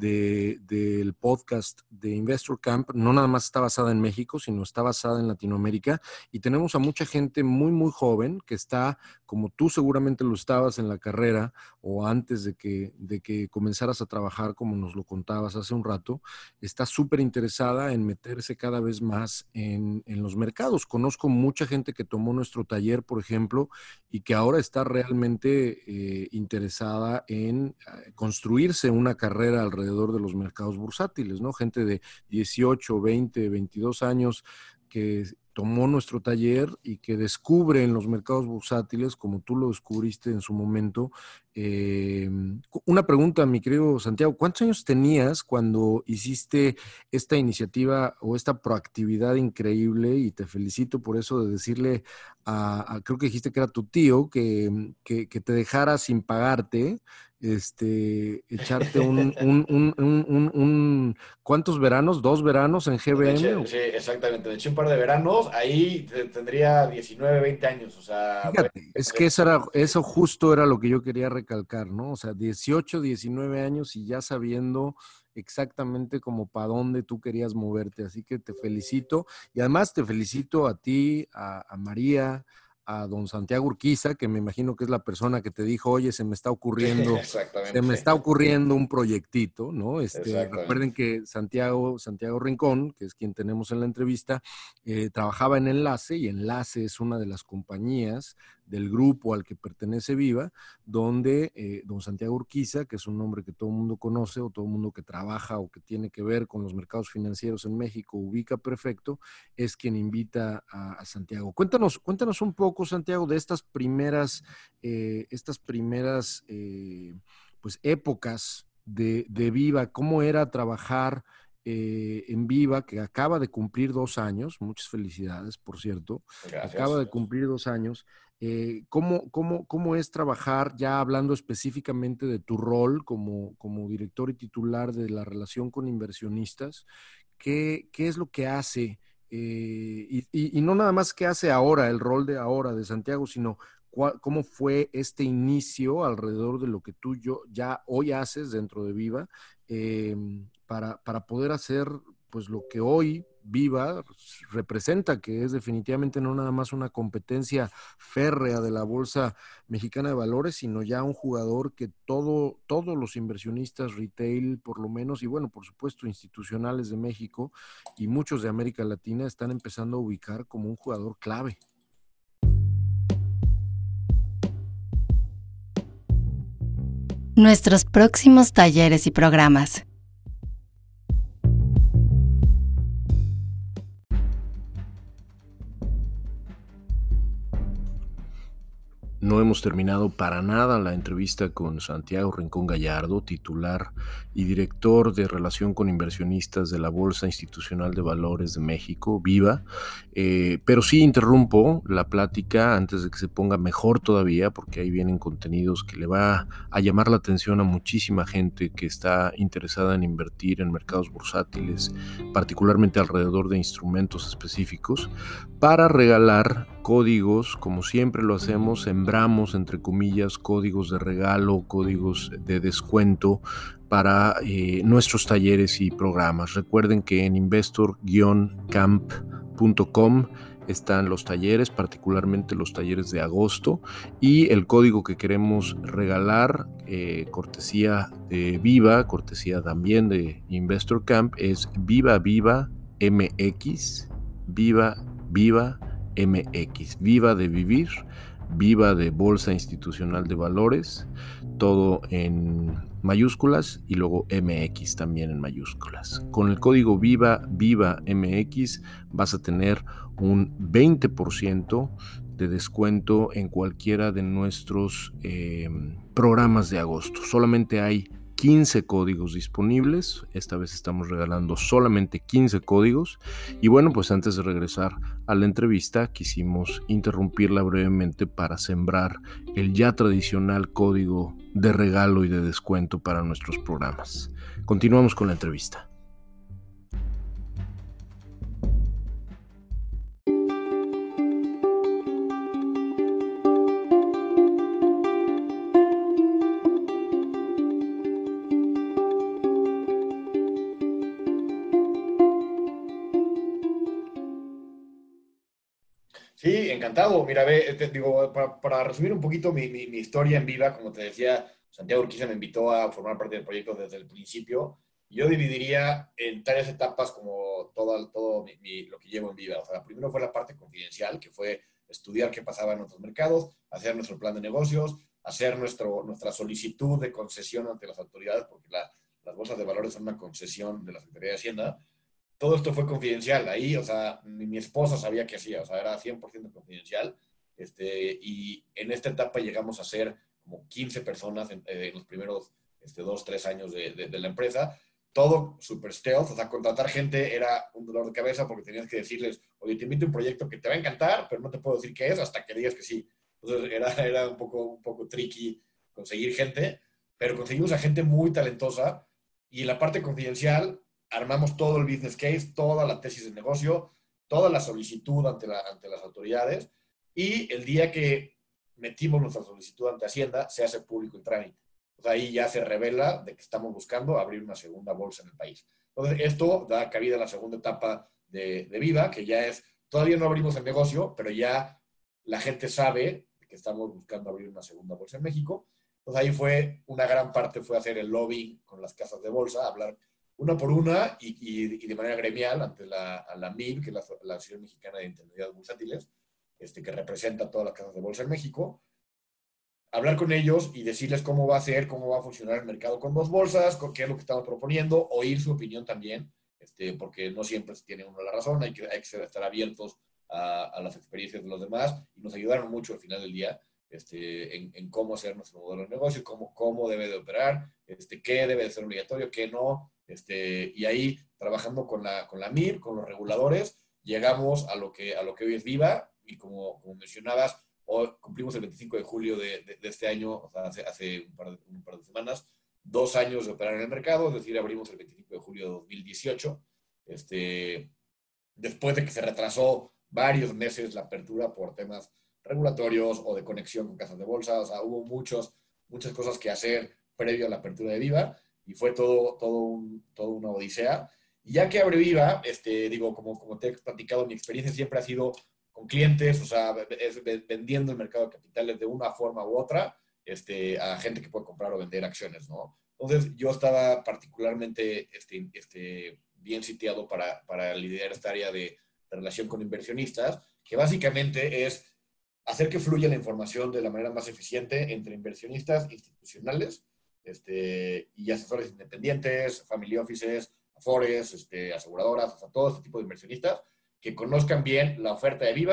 de, del podcast de Investor Camp no nada más está basada en México, sino está basada en Latinoamérica. Y tenemos a mucha gente muy, muy joven que está, como tú seguramente lo estabas en la carrera o antes de que, de que comenzaras a trabajar, como nos lo contabas hace un rato, está súper interesada en meterse cada vez más en, en los mercados. Conozco mucha gente que tomó nuestro taller, por ejemplo, y que ahora está realmente eh, interesada en eh, construirse una carrera alrededor de los mercados bursátiles, ¿no? Gente de dieciocho, veinte, veintidós años que tomó nuestro taller y que descubre en los mercados bursátiles, como tú lo descubriste en su momento. Eh, una pregunta, mi querido Santiago, ¿cuántos años tenías cuando hiciste esta iniciativa o esta proactividad increíble? Y te felicito por eso de decirle a, a creo que dijiste que era tu tío, que, que, que te dejara sin pagarte, este, echarte un, un, un, un, un, un ¿cuántos veranos? ¿Dos veranos en Me G B M? eché, sí, exactamente. Me eché un par de veranos. Ahí tendría diecinueve, veinte años. O sea, fue, Fíjate, es fue que eso, era, sí. eso justo era lo que yo quería recalcar, ¿no? O sea, dieciocho, diecinueve años y ya sabiendo exactamente como para dónde tú querías moverte. Así que te felicito. Y además te felicito a ti, a, a María, a don Santiago Urquiza, que me imagino que es la persona que te dijo, oye, se me está ocurriendo, se me está Exactamente. ocurriendo un proyectito, ¿no? Este, Exactamente. recuerden que Santiago, Santiago Rincón, que es quien tenemos en la entrevista, eh, trabajaba en Enlace, y Enlace es una de las compañías del grupo al que pertenece Viva, donde eh, don Santiago Urquiza, que es un nombre que todo el mundo conoce o todo el mundo que trabaja o que tiene que ver con los mercados financieros en México ubica perfecto, es quien invita a, a Santiago. Cuéntanos, cuéntanos un poco, Santiago, de estas primeras, eh, estas primeras eh, pues, épocas de, de Viva, cómo era trabajar eh, en Viva, que acaba de cumplir dos años, muchas felicidades, por cierto, acaba Gracias. de cumplir dos años. Eh, ¿cómo, cómo, ¿Cómo es trabajar, ya hablando específicamente de tu rol como, como director y titular de la relación con inversionistas? ¿Qué, qué es lo que hace? Eh, y, y, y no nada más qué hace ahora, el rol de ahora de Santiago, sino cuál, cómo fue este inicio alrededor de lo que tú yo, ya hoy haces dentro de Viva, eh, para, para poder hacer pues lo que hoy Viva representa, que es definitivamente no nada más una competencia férrea de la Bolsa Mexicana de Valores, sino ya un jugador que todo, todos los inversionistas retail, por lo menos, y bueno, por supuesto, institucionales de México y muchos de América Latina están empezando a ubicar como un jugador clave. Nuestros próximos talleres y programas. no hemos terminado para nada la entrevista con Santiago Rincón Gallardo, titular y director de Relación con Inversionistas de la Bolsa Institucional de Valores de México, Viva. Eh, pero sí interrumpo la plática antes de que se ponga mejor todavía, porque ahí vienen contenidos que le va a llamar la atención a muchísima gente que está interesada en invertir en mercados bursátiles, particularmente alrededor de instrumentos específicos, para regalar códigos, como siempre lo hacemos, sembramos entre comillas códigos de regalo, códigos de descuento para eh, nuestros talleres y programas. Recuerden que en investor camp punto com están los talleres, particularmente los talleres de agosto, y el código que queremos regalar, eh, cortesía de Viva, cortesía también de Investor Camp, es Viva Viva M X, Viva Viva M X, Viva de vivir, Viva de Bolsa Institucional de Valores, todo en mayúsculas y luego M X también en mayúsculas. Con el código Viva Viva M X vas a tener un veinte por ciento de descuento en cualquiera de nuestros eh, programas de agosto. Solamente hay quince códigos disponibles. Esta vez estamos regalando solamente quince códigos. Y bueno, pues antes de regresar a la entrevista, quisimos interrumpirla brevemente para sembrar el ya tradicional código de regalo y de descuento para nuestros programas. Continuamos con la entrevista. Sí, encantado. Mira, ve, te digo, para, para resumir un poquito mi, mi, mi historia en Viva, como te decía, Santiago Urquiza me invitó a formar parte del proyecto desde el principio. Yo dividiría en tres etapas como todo, todo mi, mi, lo que llevo en Viva. O sea, primero fue la parte confidencial, que fue estudiar qué pasaba en otros mercados, hacer nuestro plan de negocios, hacer nuestro, nuestra solicitud de concesión ante las autoridades, porque la, las bolsas de valores son una concesión de la Secretaría de Hacienda. Todo esto fue confidencial. Ahí, o sea, mi, mi esposa sabía qué hacía, o sea, era cien por ciento confidencial. Este, y en esta etapa llegamos a ser como quince personas en, en los primeros este, dos, tres años de, de, de la empresa. Todo super stealth, o sea, contratar gente era un dolor de cabeza porque tenías que decirles, oye, te invito a un proyecto que te va a encantar, pero no te puedo decir qué es hasta que digas que sí. Entonces era, era un, poco, un poco tricky conseguir gente, pero conseguimos a gente muy talentosa y en la parte confidencial armamos todo el business case, toda la tesis de negocio, toda la solicitud ante, la, ante las autoridades, y el día que metimos nuestra solicitud ante Hacienda, se hace público el trámite. O sea, ahí ya se revela de que estamos buscando abrir una segunda bolsa en el país. Entonces, esto da cabida a la segunda etapa de, de Viva, que ya es, todavía no abrimos el negocio, pero ya la gente sabe que estamos buscando abrir una segunda bolsa en México. Entonces, ahí fue, una gran parte fue hacer el lobbying con las casas de bolsa, hablar una por una y, y, y de manera gremial ante la, a la M I B, que es la, la Asociación Mexicana de Intermediarios Bursátiles, este, que representa a todas las casas de bolsa en México, hablar con ellos y decirles cómo va a ser, cómo va a funcionar el mercado con dos bolsas, con qué es lo que estamos proponiendo, oír su opinión también, este, porque no siempre se tiene uno la razón, hay que, hay que estar abiertos a, a las experiencias de los demás, y nos ayudaron mucho al final del día este, en, en cómo hacer nuestro modelo de negocio, cómo, cómo debe de operar, este, qué debe de ser obligatorio, qué no. Este, y ahí, trabajando con la, con la M I R, con los reguladores, llegamos a lo que, a lo que hoy es Viva, y como, como mencionabas, hoy cumplimos el veinticinco de julio de, de, de este año, o sea, hace, hace un, par de, un par de semanas, dos años de operar en el mercado, es decir, abrimos el veinticinco de julio de dos mil dieciocho, este, después de que se retrasó varios meses la apertura por temas regulatorios o de conexión con casas de bolsa, o sea, hubo muchos, muchas cosas que hacer previo a la apertura de Viva, y fue todo, todo, un, todo una odisea. Y ya que abre Viva, este, digo, como, como te he platicado, mi experiencia siempre ha sido con clientes, o sea, es vendiendo el mercado de capitales de una forma u otra, este, a gente que puede comprar o vender acciones, ¿no? Entonces, yo estaba particularmente este, este, bien sitiado para, para liderar esta área de, de relación con inversionistas, que básicamente es hacer que fluya la información de la manera más eficiente entre inversionistas institucionales, Este, y asesores independientes, family offices, afores, este, aseguradoras, o sea, todo este tipo de inversionistas que conozcan bien la oferta de Viva,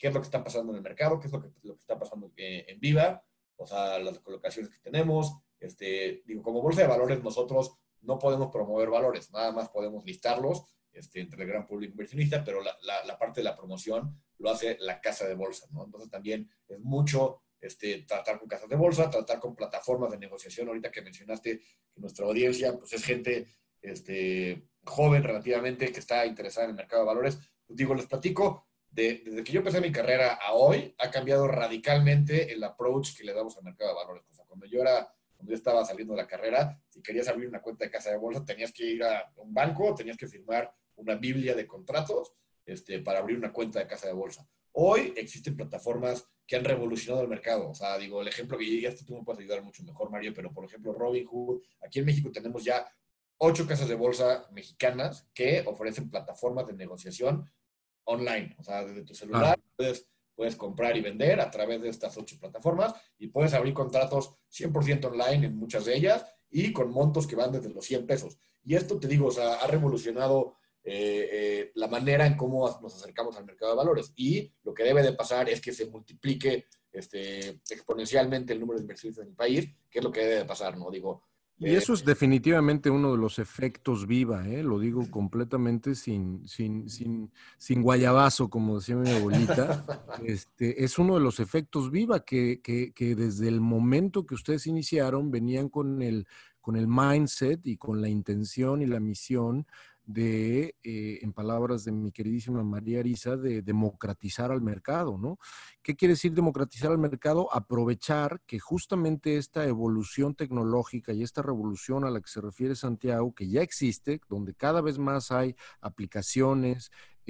qué es lo que está pasando en el mercado, qué es lo que, lo que está pasando en, en Viva, o sea, las colocaciones que tenemos. Este, digo, como bolsa de valores nosotros no podemos promover valores, nada más podemos listarlos este, entre el gran público inversionista, pero la, la, la parte de la promoción lo hace la casa de bolsa, ¿no? Entonces también es mucho este, tratar con casas de bolsa, tratar con plataformas de negociación. Ahorita que mencionaste que nuestra audiencia pues, es gente este, joven relativamente que está interesada en el mercado de valores, pues digo, les platico, de, desde que yo empecé mi carrera a hoy, ha cambiado radicalmente el approach que le damos al mercado de valores. O sea, cuando yo era cuando yo estaba saliendo de la carrera, si querías abrir una cuenta de casa de bolsa, tenías que ir a un banco, tenías que firmar una biblia de contratos este, para abrir una cuenta de casa de bolsa. Hoy existen plataformas que han revolucionado el mercado. O sea, digo, el ejemplo que ya tú me puedes ayudar mucho mejor, Mario, pero por ejemplo, Robinhood, aquí en México tenemos ya ocho casas de bolsa mexicanas que ofrecen plataformas de negociación online. O sea, desde tu celular ah. puedes Puedes comprar y vender a través de estas ocho plataformas y puedes abrir contratos cien por ciento online en muchas de ellas y con montos que van desde los cien pesos. Y esto, te digo, o sea, ha revolucionado eh, eh, la manera en cómo nos acercamos al mercado de valores. Y lo que debe de pasar es que se multiplique este, exponencialmente el número de inversionistas en el país, que es lo que debe de pasar, ¿no? Digo, y eso es definitivamente uno de los efectos Viva, ¿eh? Lo digo completamente sin, sin, sin, sin guayabazo, como decía mi abuelita. Este, es uno de los efectos Viva que, que, que desde el momento que ustedes iniciaron venían con el, con el mindset y con la intención y la misión de, eh, en palabras de mi queridísima María Arisa, de democratizar al mercado, ¿no? ¿Qué quiere decir democratizar al mercado? Aprovechar que justamente esta evolución tecnológica y esta revolución a la que se refiere Santiago, que ya existe, donde cada vez más hay aplicaciones,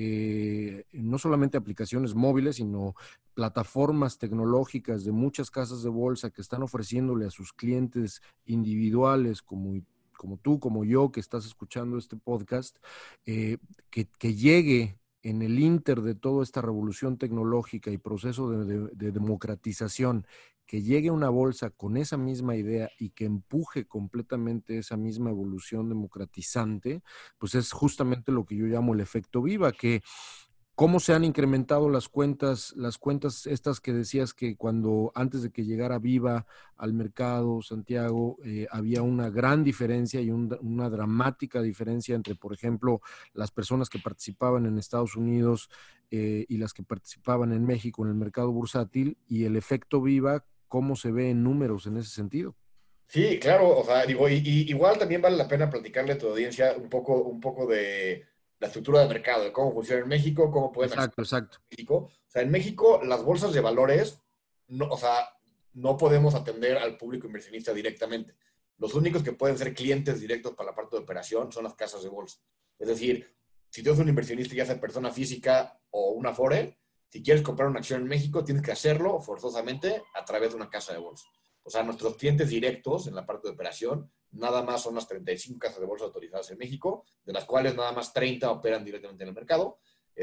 eh, no solamente aplicaciones móviles, sino plataformas tecnológicas de muchas casas de bolsa que están ofreciéndole a sus clientes individuales como como tú, como yo, que estás escuchando este podcast, eh, que, que llegue en el inter de toda esta revolución tecnológica y proceso de, de, de democratización, que llegue una bolsa con esa misma idea y que empuje completamente esa misma evolución democratizante, pues es justamente lo que yo llamo el efecto Viva, que ¿cómo se han incrementado las cuentas, las cuentas estas que decías que cuando antes de que llegara Viva al mercado, Santiago, eh, había una gran diferencia y un, una dramática diferencia entre, por ejemplo, las personas que participaban en Estados Unidos eh, y las que participaban en México en el mercado bursátil y el efecto Viva, cómo se ve en números en ese sentido? Sí, claro, o sea, digo, y, y igual también vale la pena platicarle a tu audiencia un poco, un poco de la estructura de mercado, de cómo funciona en México, cómo pueden exacto, exacto. en México. O sea, en México las bolsas de valores, no, o sea, no podemos atender al público inversionista directamente. Los únicos que pueden ser clientes directos para la parte de operación son las casas de bolsa. Es decir, si tú eres un inversionista, ya sea persona física o una Afore, si quieres comprar una acción en México, tienes que hacerlo forzosamente a través de una casa de bolsa. O sea, nuestros clientes directos en la parte de operación nada más son las treinta y cinco casas de bolsa autorizadas en México, de las cuales nada más treinta operan directamente en el mercado.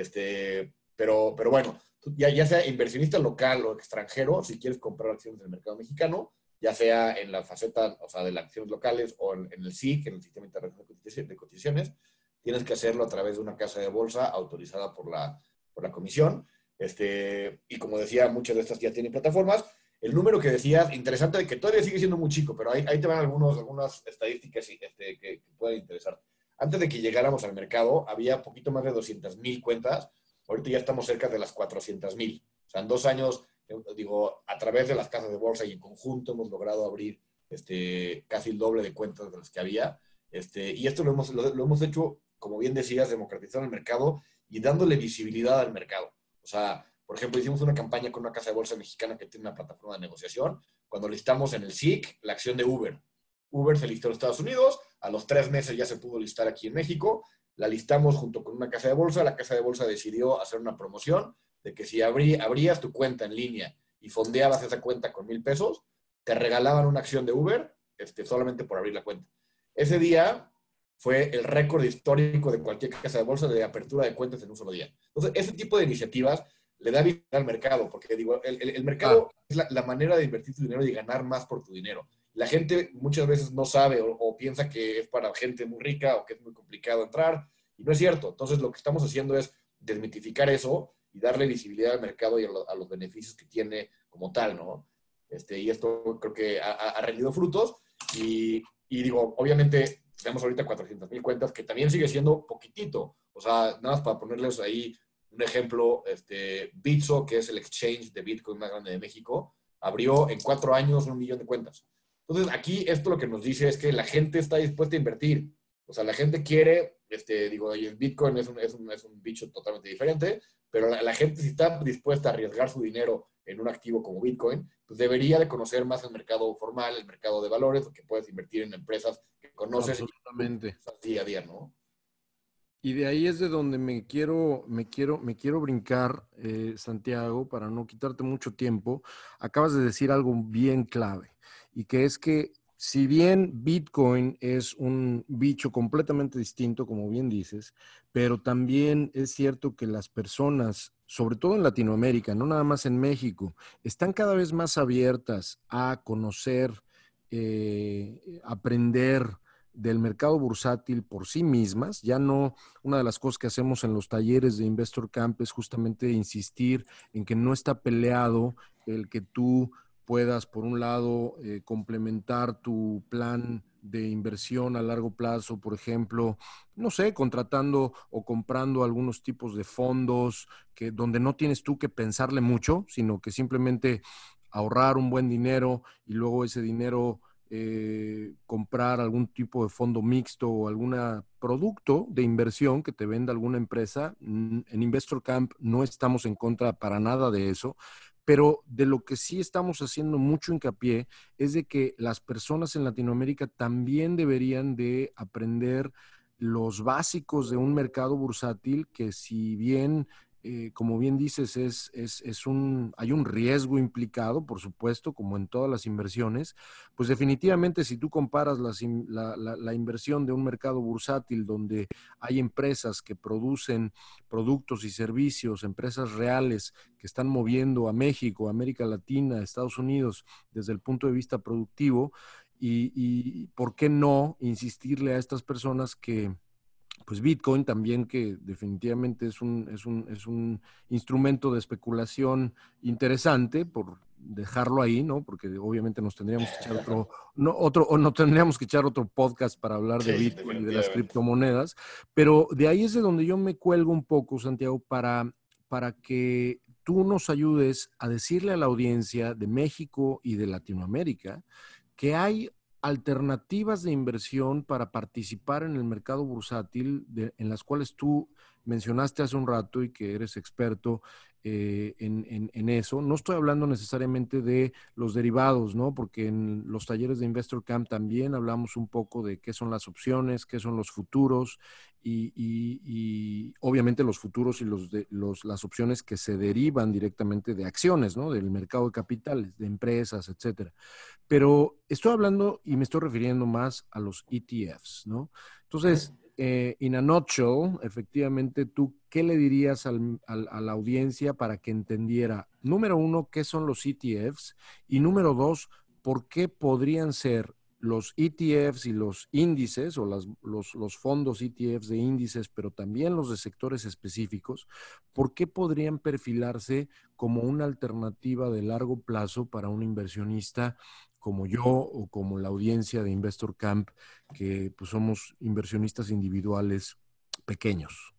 Este, pero, pero bueno, ya, ya sea inversionista local o extranjero, si quieres comprar acciones del mercado mexicano, ya sea en la faceta, o sea, de las acciones locales o en, en el S I C, en el Sistema Internacional de Cotizaciones, tienes que hacerlo a través de una casa de bolsa autorizada por la, por la comisión. Este, y como decía, muchas de estas ya tienen plataformas. El número que decías, interesante, de que todavía sigue siendo muy chico, pero ahí, ahí te van algunos, algunas estadísticas este, que, que pueden interesar. Antes de que llegáramos al mercado, había poquito más de doscientas mil cuentas. Ahorita ya estamos cerca de las cuatrocientas mil. O sea, en dos años, digo, a través de las casas de bolsa y en conjunto hemos logrado abrir este, casi el doble de cuentas de las que había. Este, y esto lo hemos, lo, lo hemos hecho, como bien decías, democratizando el mercado y dándole visibilidad al mercado. O sea, por ejemplo, hicimos una campaña con una casa de bolsa mexicana que tiene una plataforma de negociación. Cuando listamos en el S I C la acción de Uber. Uber se listó en Estados Unidos, a los tres meses ya se pudo listar aquí en México. La listamos junto con una casa de bolsa. La casa de bolsa decidió hacer una promoción de que si abrí, abrías tu cuenta en línea y fondeabas esa cuenta con mil pesos, te regalaban una acción de Uber este, solamente por abrir la cuenta. Ese día fue el récord histórico de cualquier casa de bolsa de apertura de cuentas en un solo día. Entonces, ese tipo de iniciativas le da vida al mercado, porque digo, el, el, el mercado ah. es la, la manera de invertir tu dinero y ganar más por tu dinero. La gente muchas veces no sabe o, o piensa que es para gente muy rica o que es muy complicado entrar, y no es cierto. Entonces, lo que estamos haciendo es desmitificar eso y darle visibilidad al mercado y a, lo, a los beneficios que tiene como tal, ¿no? Este, y esto creo que ha, ha rendido frutos y, y digo, obviamente tenemos ahorita cuatrocientas mil cuentas, que también sigue siendo poquitito. O sea, nada más para ponerles ahí un ejemplo, este, Bitso, que es el exchange de Bitcoin más grande de México, abrió en cuatro años un millón de cuentas. Entonces, aquí esto lo que nos dice es que la gente está dispuesta a invertir. O sea, la gente quiere, este, digo, el Bitcoin es un, es un, es un bicho totalmente diferente, pero la, la gente si está dispuesta a arriesgar su dinero en un activo como Bitcoin, pues debería de conocer más el mercado formal, el mercado de valores, que puedes invertir en empresas que conoces absolutamente día a día, ¿no? Y de ahí es de donde me quiero, me quiero, me quiero brincar, eh, Santiago, para no quitarte mucho tiempo. Acabas de decir algo bien clave, y que es que si bien Bitcoin es un bicho completamente distinto, como bien dices, pero también es cierto que las personas, sobre todo en Latinoamérica, no nada más en México, están cada vez más abiertas a conocer, eh, aprender del mercado bursátil por sí mismas. Ya no, una de las cosas que hacemos en los talleres de Investor Camp es justamente insistir en que no está peleado el que tú puedas, por un lado, eh, complementar tu plan de inversión a largo plazo, por ejemplo, no sé, contratando o comprando algunos tipos de fondos que, donde no tienes tú que pensarle mucho, sino que simplemente ahorrar un buen dinero y luego ese dinero eh, comprar algún tipo de fondo mixto o algún producto de inversión que te venda alguna empresa. En Investor Camp no estamos en contra para nada de eso, pero de lo que sí estamos haciendo mucho hincapié es de que las personas en Latinoamérica también deberían de aprender los básicos de un mercado bursátil que, si bien eh, como bien dices, es, es, es un, hay un riesgo implicado, por supuesto, como en todas las inversiones, pues definitivamente si tú comparas las, la, la, la inversión de un mercado bursátil donde hay empresas que producen productos y servicios, empresas reales que están moviendo a México, a América Latina, a Estados Unidos desde el punto de vista productivo, y, y por qué no insistirle a estas personas que pues Bitcoin también, que definitivamente es un, es un, es un instrumento de especulación interesante, por dejarlo ahí, ¿no? Porque obviamente nos tendríamos que echar otro, no, otro, o no tendríamos que echar otro podcast para hablar de Sí, Bitcoin y de las criptomonedas, pero de ahí es de donde yo me cuelgo un poco, Santiago, para, para que tú nos ayudes a decirle a la audiencia de México y de Latinoamérica que hay alternativas de inversión para participar en el mercado bursátil, de, en las cuales tú mencionaste hace un rato y que eres experto eh, en, en, en eso. No estoy hablando necesariamente de los derivados, ¿no? Porque en los talleres de Investor Camp también hablamos un poco de qué son las opciones, qué son los futuros y, y, y obviamente los futuros y los de, los, las opciones que se derivan directamente de acciones, ¿no? Del mercado de capitales, de empresas, etcétera. Pero estoy hablando y me estoy refiriendo más a los E T Fs, ¿no? Entonces, eh, in a nutshell, efectivamente, ¿tú qué le dirías al, al, a la audiencia para que entendiera, número uno, qué son los E T Fs y número dos, por qué podrían ser los E T Fs y los índices o las, los, los fondos E T Fs de índices, pero también los de sectores específicos, por qué podrían perfilarse como una alternativa de largo plazo para un inversionista como yo o como la audiencia de Investor Camp, que pues somos inversionistas individuales pequeños?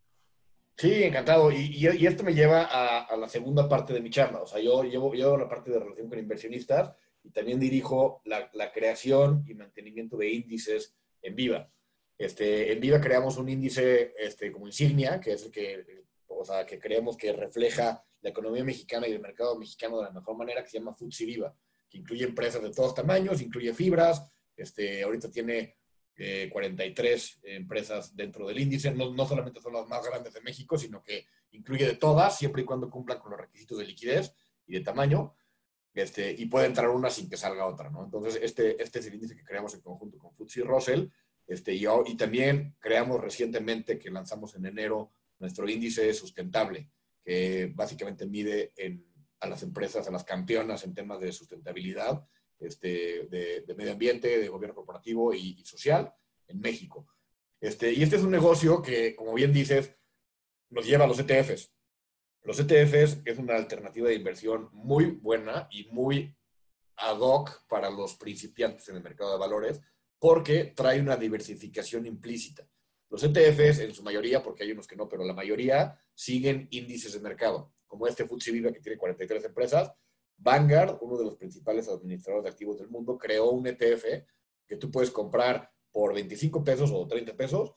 Sí, encantado. Y, y, y esto me lleva a, a, la segunda parte de mi charla. O sea, yo llevo, llevo la parte de relación con inversionistas y también dirijo la, la creación y mantenimiento de índices en Viva. Este, en Viva creamos un índice este, como insignia, que es el que, o sea, que creemos que refleja la economía mexicana y el mercado mexicano de la mejor manera, que se llama FTSE Viva, que incluye empresas de todos tamaños, incluye fibras. Este, ahorita tiene Eh, cuarenta y tres empresas dentro del índice. No, no solamente son las más grandes de México, sino que incluye de todas, siempre y cuando cumplan con los requisitos de liquidez y de tamaño, este, y puede entrar una sin que salga otra, ¿no? Entonces, este, este es el índice que creamos en conjunto con FTSE Russell, este, y, y también creamos recientemente, que lanzamos en enero, nuestro índice sustentable, que básicamente mide en, a las empresas, a las campeonas en temas de sustentabilidad, Este, de, de medio ambiente, de gobierno corporativo y, y social en México. Este, y este es un negocio que, como bien dices, nos lleva a los E T Fs. Los E T Fs es una alternativa de inversión muy buena y muy ad hoc para los principiantes en el mercado de valores porque trae una diversificación implícita. Los E T Fs, en su mayoría, porque hay unos que no, pero la mayoría siguen índices de mercado, como este F T S E Viva que tiene cuarenta y tres empresas. Vanguard, uno de los principales administradores de activos del mundo, creó un E T F que tú puedes comprar por veinticinco pesos o treinta pesos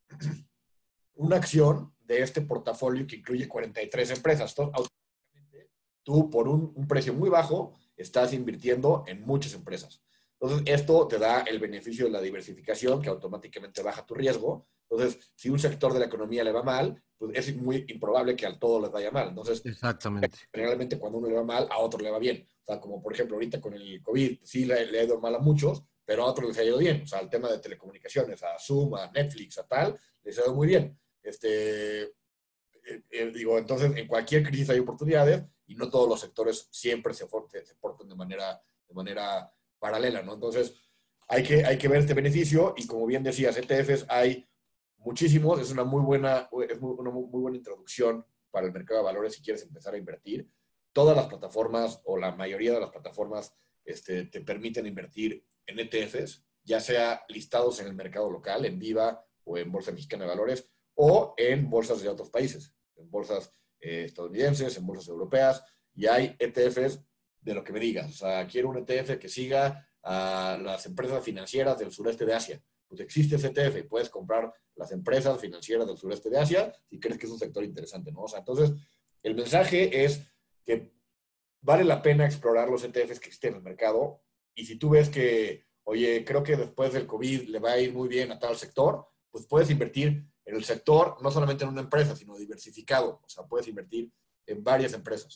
una acción de este portafolio que incluye cuarenta y tres empresas. Entonces, automáticamente, tú por un, un precio muy bajo estás invirtiendo en muchas empresas. Entonces, esto te da el beneficio de la diversificación que automáticamente baja tu riesgo. Entonces, si un sector de la economía le va mal, pues es muy improbable que a todos les vaya mal. Entonces, exactamente. Generalmente cuando a uno le va mal, a otro le va bien. O sea, como por ejemplo ahorita con el COVID, sí le, le ha ido mal a muchos, pero a otros les ha ido bien. O sea, el tema de telecomunicaciones, a Zoom, a Netflix, a tal, les ha ido muy bien. Este, eh, eh, digo, entonces en cualquier crisis hay oportunidades y no todos los sectores siempre se, se, se portan de manera, de manera paralela, ¿no? Entonces hay que, hay que ver este beneficio y como bien decías, E T Fs hay muchísimos, es una muy buena, es muy, una muy buena introducción para el mercado de valores si quieres empezar a invertir. Todas las plataformas o la mayoría de las plataformas este, te permiten invertir en E T Fs, ya sea listados en el mercado local, en Viva o en Bolsa Mexicana de Valores, o en bolsas de otros países, en bolsas eh, estadounidenses, en bolsas europeas, y hay E T Fs de lo que me digas. O sea, quiero un E T F que siga a las empresas financieras del sureste de Asia. Pues existe ese E T F, puedes comprar las empresas financieras del sureste de Asia si crees que es un sector interesante, ¿no? O sea, entonces, el mensaje es que vale la pena explorar los E T Fs que existen en el mercado y si tú ves que, oye, creo que después del COVID le va a ir muy bien a tal sector, pues puedes invertir en el sector, no solamente en una empresa, sino diversificado. O sea, puedes invertir en varias empresas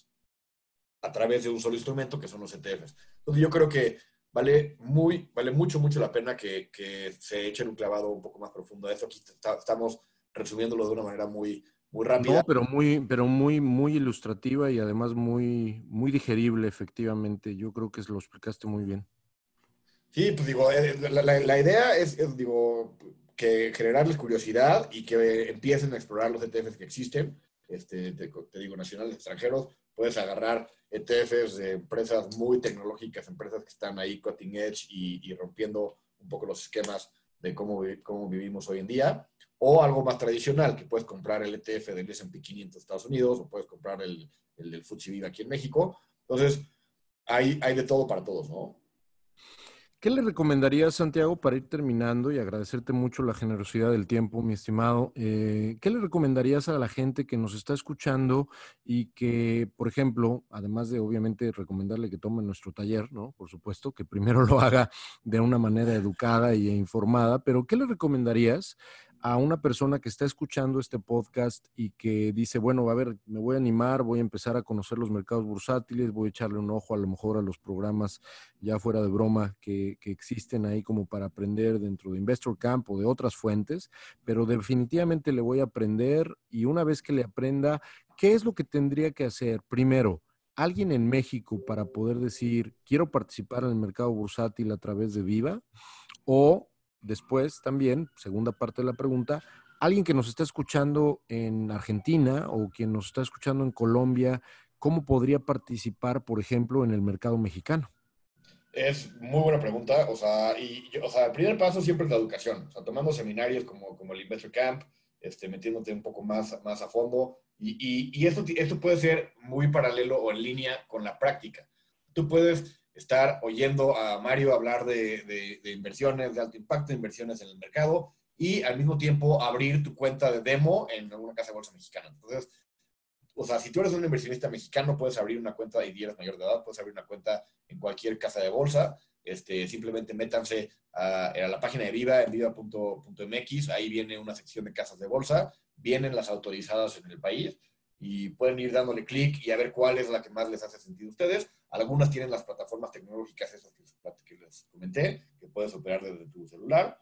a través de un solo instrumento que son los E T Fs. Entonces yo creo que vale, muy, vale mucho, mucho la pena que, que se echen un clavado un poco más profundo a eso. Aquí está, estamos resumiéndolo de una manera muy, muy rápida. No, pero muy, pero muy, muy ilustrativa y además muy, muy digerible, efectivamente. Yo creo que lo explicaste muy bien. Sí, pues digo, la, la, la idea es, es, digo, que generarles curiosidad y que empiecen a explorar los E T Fs que existen. Este, te, te digo, nacionales, extranjeros. Puedes agarrar E T Fs de empresas muy tecnológicas, empresas que están ahí cutting edge y, y rompiendo un poco los esquemas de cómo, cómo vivimos hoy en día. O algo más tradicional, que puedes comprar el E T F del S and P quinientos de Estados Unidos o puedes comprar el, el del F T S E Viva aquí en México. Entonces, hay, hay de todo para todos, ¿no? ¿Qué le recomendarías, Santiago, para ir terminando y agradecerte mucho la generosidad del tiempo, mi estimado? Eh, ¿Qué le recomendarías a la gente que nos está escuchando y que, por ejemplo, además de obviamente recomendarle que tome nuestro taller, ¿no? Por supuesto, que primero lo haga de una manera educada e informada, pero ¿qué le recomendarías a una persona que está escuchando este podcast y que dice, bueno, a ver, me voy a animar, voy a empezar a conocer los mercados bursátiles, voy a echarle un ojo a lo mejor a los programas ya fuera de broma que, que existen ahí como para aprender dentro de Investor Camp o de otras fuentes, pero definitivamente le voy a aprender y una vez que le aprenda, ¿qué es lo que tendría que hacer? Primero, alguien en México para poder decir, quiero participar en el mercado bursátil a través de Viva, o después también, segunda parte de la pregunta, alguien que nos está escuchando en Argentina o quien nos está escuchando en Colombia, ¿cómo podría participar, por ejemplo, en el mercado mexicano? Es muy buena pregunta. O sea, y, o sea, el primer paso siempre es la educación. O sea, tomando seminarios como, como el Investor Camp, este, metiéndote un poco más, más a fondo. Y, y, y esto, esto puede ser muy paralelo o en línea con la práctica. Tú puedes estar oyendo a Mario hablar de, de, de inversiones de alto impacto, inversiones en el mercado, y al mismo tiempo abrir tu cuenta de demo en alguna casa de bolsa mexicana. Entonces, o sea, si tú eres un inversionista mexicano, puedes abrir una cuenta y eres mayor de edad, puedes abrir una cuenta en cualquier casa de bolsa. Este, simplemente métanse a, a la página de Viva, en viva punto m x, ahí viene una sección de casas de bolsa, vienen las autorizadas en el país y pueden ir dándole clic y a ver cuál es la que más les hace sentido a ustedes. Algunas tienen las plataformas tecnológicas esas que les, que les comenté, que puedes operar desde tu celular.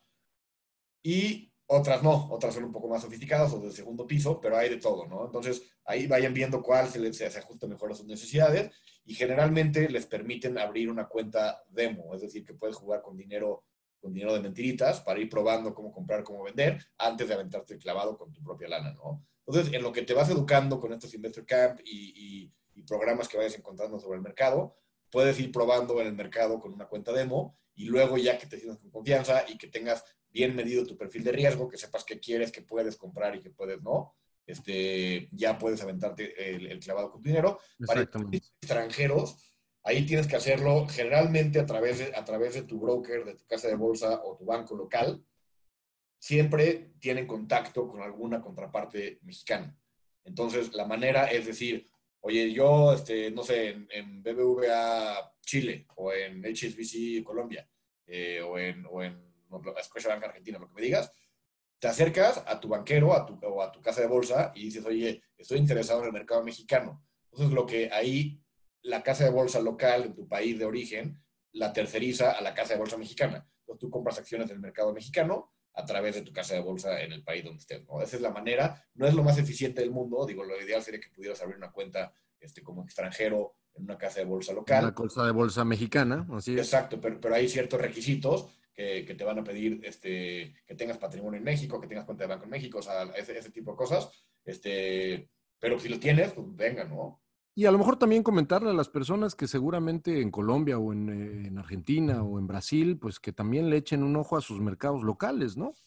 Y otras no, otras son un poco más sofisticadas o del segundo piso, pero hay de todo, ¿no? Entonces, ahí vayan viendo cuál se les se ajusta mejor a sus necesidades y generalmente les permiten abrir una cuenta demo, es decir, que puedes jugar con dinero, con dinero de mentiritas para ir probando cómo comprar, cómo vender, antes de aventarte el clavado con tu propia lana, ¿no? Entonces, en lo que te vas educando con estos Investor Camp y, y, y programas que vayas encontrando sobre el mercado, puedes ir probando en el mercado con una cuenta demo y luego ya que te sientas con confianza y que tengas bien medido tu perfil de riesgo, que sepas qué quieres, qué puedes comprar y qué puedes no, este, ya puedes aventarte el, el clavado con tu dinero. Para extranjeros, ahí tienes que hacerlo generalmente a través, de, a través de tu broker, de tu casa de bolsa o tu banco local. Siempre tienen contacto con alguna contraparte mexicana. Entonces, la manera es decir, oye, yo, este, no sé, en, en B B V A Chile, o en H S B C Colombia, eh, o en, o en no, Scotiabank Argentina, lo que me digas, te acercas a tu banquero a tu, o a tu casa de bolsa y dices, oye, estoy interesado en el mercado mexicano. Entonces, lo que ahí la casa de bolsa local en tu país de origen la terceriza a la casa de bolsa mexicana. Entonces, tú compras acciones del mercado mexicano a través de tu casa de bolsa en el país donde estés, ¿no? Esa es la manera. No es lo más eficiente del mundo. Digo, lo ideal sería que pudieras abrir una cuenta este, como extranjero en una casa de bolsa local. Una casa de bolsa mexicana, así es. Exacto, pero, pero hay ciertos requisitos que, que te van a pedir este, que tengas patrimonio en México, que tengas cuenta de banco en México, o sea, ese, ese tipo de cosas. Este, pero si lo tienes, pues venga, ¿no? Y a lo mejor también comentarle a las personas que seguramente en Colombia o en, eh, en Argentina o en Brasil, pues que también le echen un ojo a sus mercados locales, ¿no?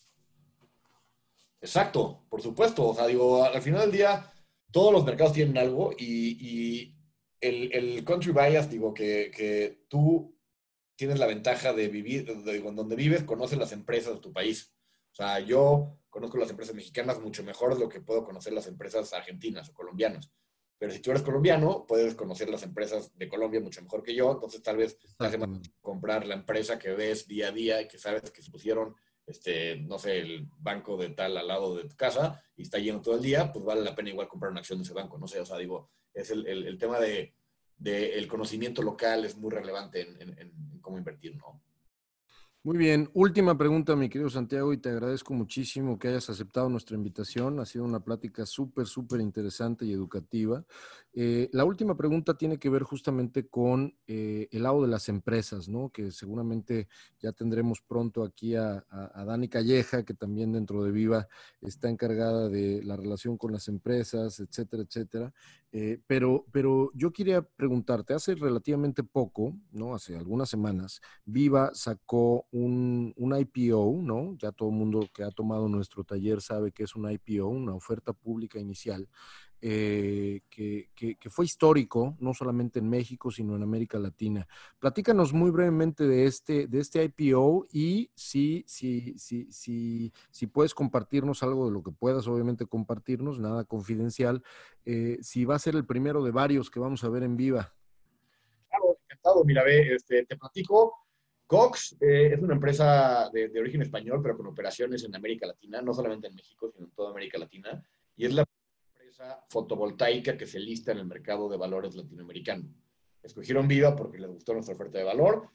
Exacto, por supuesto. O sea, digo, al final del día, todos los mercados tienen algo y, y el, el country bias, digo, que, que tú tienes la ventaja de vivir, de, de, donde vives, conoces las empresas de tu país. O sea, yo conozco las empresas mexicanas mucho mejor de lo que puedo conocer las empresas argentinas o colombianas. Pero si tú eres colombiano, puedes conocer las empresas de Colombia mucho mejor que yo, entonces tal vez te hace más comprar la empresa que ves día a día y que sabes que se pusieron, este, no sé, el banco de tal al lado de tu casa y está lleno todo el día, pues vale la pena igual comprar una acción de ese banco, no sé, o sea, digo, es el, el, el tema de, de el conocimiento local es muy relevante en, en, en cómo invertir, ¿no? Muy bien, última pregunta, mi querido Santiago, y te agradezco muchísimo que hayas aceptado nuestra invitación. Ha sido una plática súper, súper interesante y educativa. Eh, la última pregunta tiene que ver justamente con eh, el lado de las empresas, ¿no? Que seguramente ya tendremos pronto aquí a, a, a Dani Calleja, que también dentro de Viva está encargada de la relación con las empresas, etcétera, etcétera. Eh, pero, pero yo quería preguntarte, hace relativamente poco, ¿no? Hace algunas semanas, Viva sacó un, un I P O, ¿no? Ya todo el mundo que ha tomado nuestro taller sabe que es un I P O, una oferta pública inicial, eh, que, que, que fue histórico, no solamente en México, sino en América Latina. Platícanos muy brevemente de este, de este I P O y si, si, si, si, si puedes compartirnos algo de lo que puedas, obviamente compartirnos, nada confidencial, eh, si va a ser el primero de varios que vamos a ver en Viva. Claro, encantado. Mira, ve, este, te platico. Cox eh, es una empresa de, de, origen español, pero con operaciones en América Latina, no solamente en México, sino en toda América Latina, y es la empresa fotovoltaica que se lista en el mercado de valores latinoamericano. Escogieron Viva porque les gustó nuestra oferta de valor.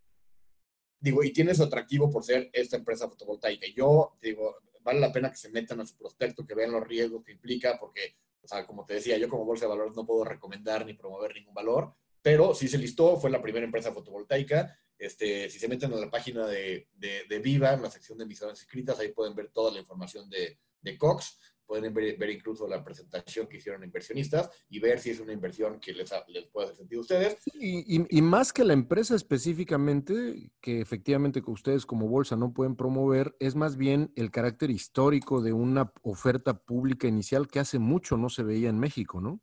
Digo, y tiene su atractivo por ser esta empresa fotovoltaica. Yo digo, vale la pena que se metan a su prospecto, que vean los riesgos que implica, porque, o sea, como te decía, yo como bolsa de valores no puedo recomendar ni promover ningún valor, pero sí se listó, fue la primera empresa fotovoltaica. Este, si se meten a la página de, de, de Viva, en la sección de emisiones escritas, ahí pueden ver toda la información de, de Cox, pueden ver, ver incluso la presentación que hicieron inversionistas y ver si es una inversión que les, les puede hacer sentido a ustedes. Y, y, y más que la empresa específicamente, que efectivamente que ustedes como bolsa no pueden promover, es más bien el carácter histórico de una oferta pública inicial que hace mucho no se veía en México, ¿no?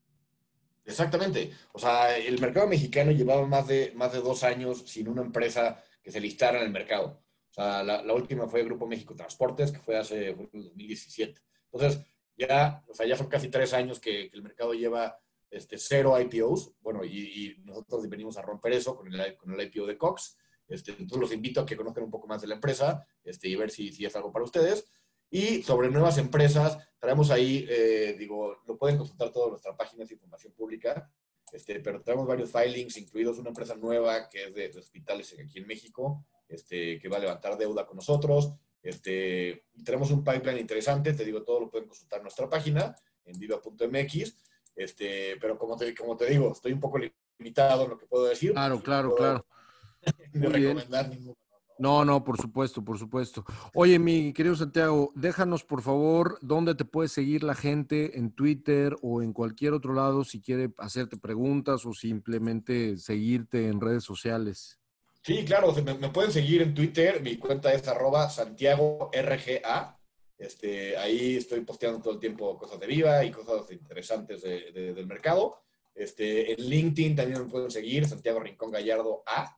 Exactamente. O sea, el mercado mexicano llevaba más de, más de dos años sin una empresa que se listara en el mercado. O sea, la, la última fue Grupo México Transportes, que fue hace fue en dos mil diecisiete. Entonces, ya, o sea, ya son casi tres años que, que el mercado lleva este, cero I P Os. Bueno, y, y nosotros venimos a romper eso con el, con el I P O de Cox. Este, entonces, los invito a que conozcan un poco más de la empresa este, y ver si, si es algo para ustedes. Y sobre nuevas empresas, traemos ahí, eh, digo, lo pueden consultar todo en nuestra página de información pública, este, pero traemos varios filings, incluidos una empresa nueva que es de, de hospitales aquí en México, este, que va a levantar deuda con nosotros. Este, tenemos un pipeline interesante, te digo, todo lo pueden consultar en nuestra página, en viva punto m x, este, pero como te, como te digo, estoy un poco limitado en lo que puedo decir. Claro, claro, No puedo claro. ni recomendar ninguno. No, no, por supuesto, por supuesto. Oye, mi querido Santiago, déjanos por favor dónde te puede seguir la gente en Twitter o en cualquier otro lado si quiere hacerte preguntas o simplemente seguirte en redes sociales. Sí, claro, me, me pueden seguir en Twitter, mi cuenta es arroba Santiago R G A. Este, ahí estoy posteando todo el tiempo cosas de Viva y cosas interesantes de, de, del mercado. Este, en LinkedIn también me pueden seguir, Santiago Rincón Gallardo A.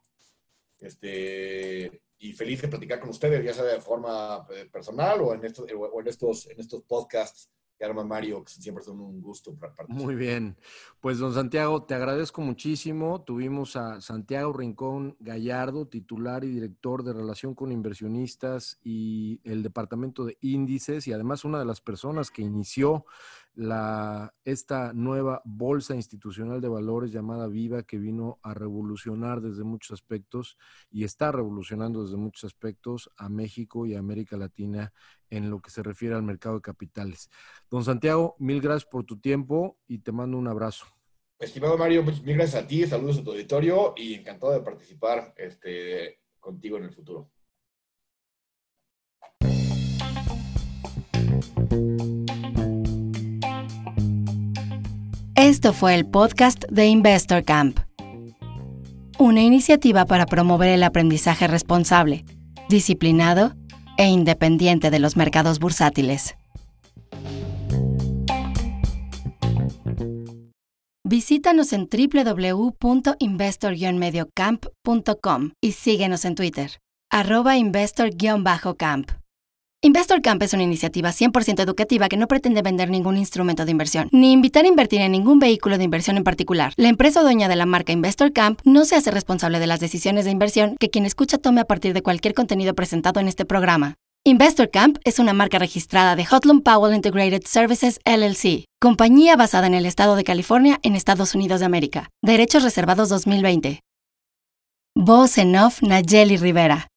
Este, y feliz de platicar con ustedes, ya sea de forma personal o en estos, o en estos, en estos podcasts que arma Mario, que siempre son un gusto para participar. Muy bien. Pues, don Santiago, te agradezco muchísimo. Tuvimos a Santiago Rincón Gallardo, titular y director de Relación con Inversionistas y el Departamento de Índices, y además una de las personas que inició la, esta nueva bolsa institucional de valores llamada Viva, que vino a revolucionar desde muchos aspectos y está revolucionando desde muchos aspectos a México y a América Latina en lo que se refiere al mercado de capitales. Don Santiago, mil gracias por tu tiempo y te mando un abrazo. Estimado Mario, mil gracias a ti, saludos a tu auditorio y encantado de participar este, contigo en el futuro. Esto fue el podcast de Investor Camp, una iniciativa para promover el aprendizaje responsable, disciplinado e independiente de los mercados bursátiles. Visítanos en doble u doble u doble u punto investor guion medio camp punto com y síguenos en Twitter, arroba investor guion bajo camp. Investor Camp es una iniciativa cien por ciento educativa que no pretende vender ningún instrumento de inversión, ni invitar a invertir en ningún vehículo de inversión en particular. La empresa dueña de la marca Investor Camp no se hace responsable de las decisiones de inversión que quien escucha tome a partir de cualquier contenido presentado en este programa. Investor Camp es una marca registrada de Heutlen Powell Integrated Services L L C, compañía basada en el estado de California, en Estados Unidos de América. Derechos reservados dos mil veinte. Voz en off Nayeli Rivera.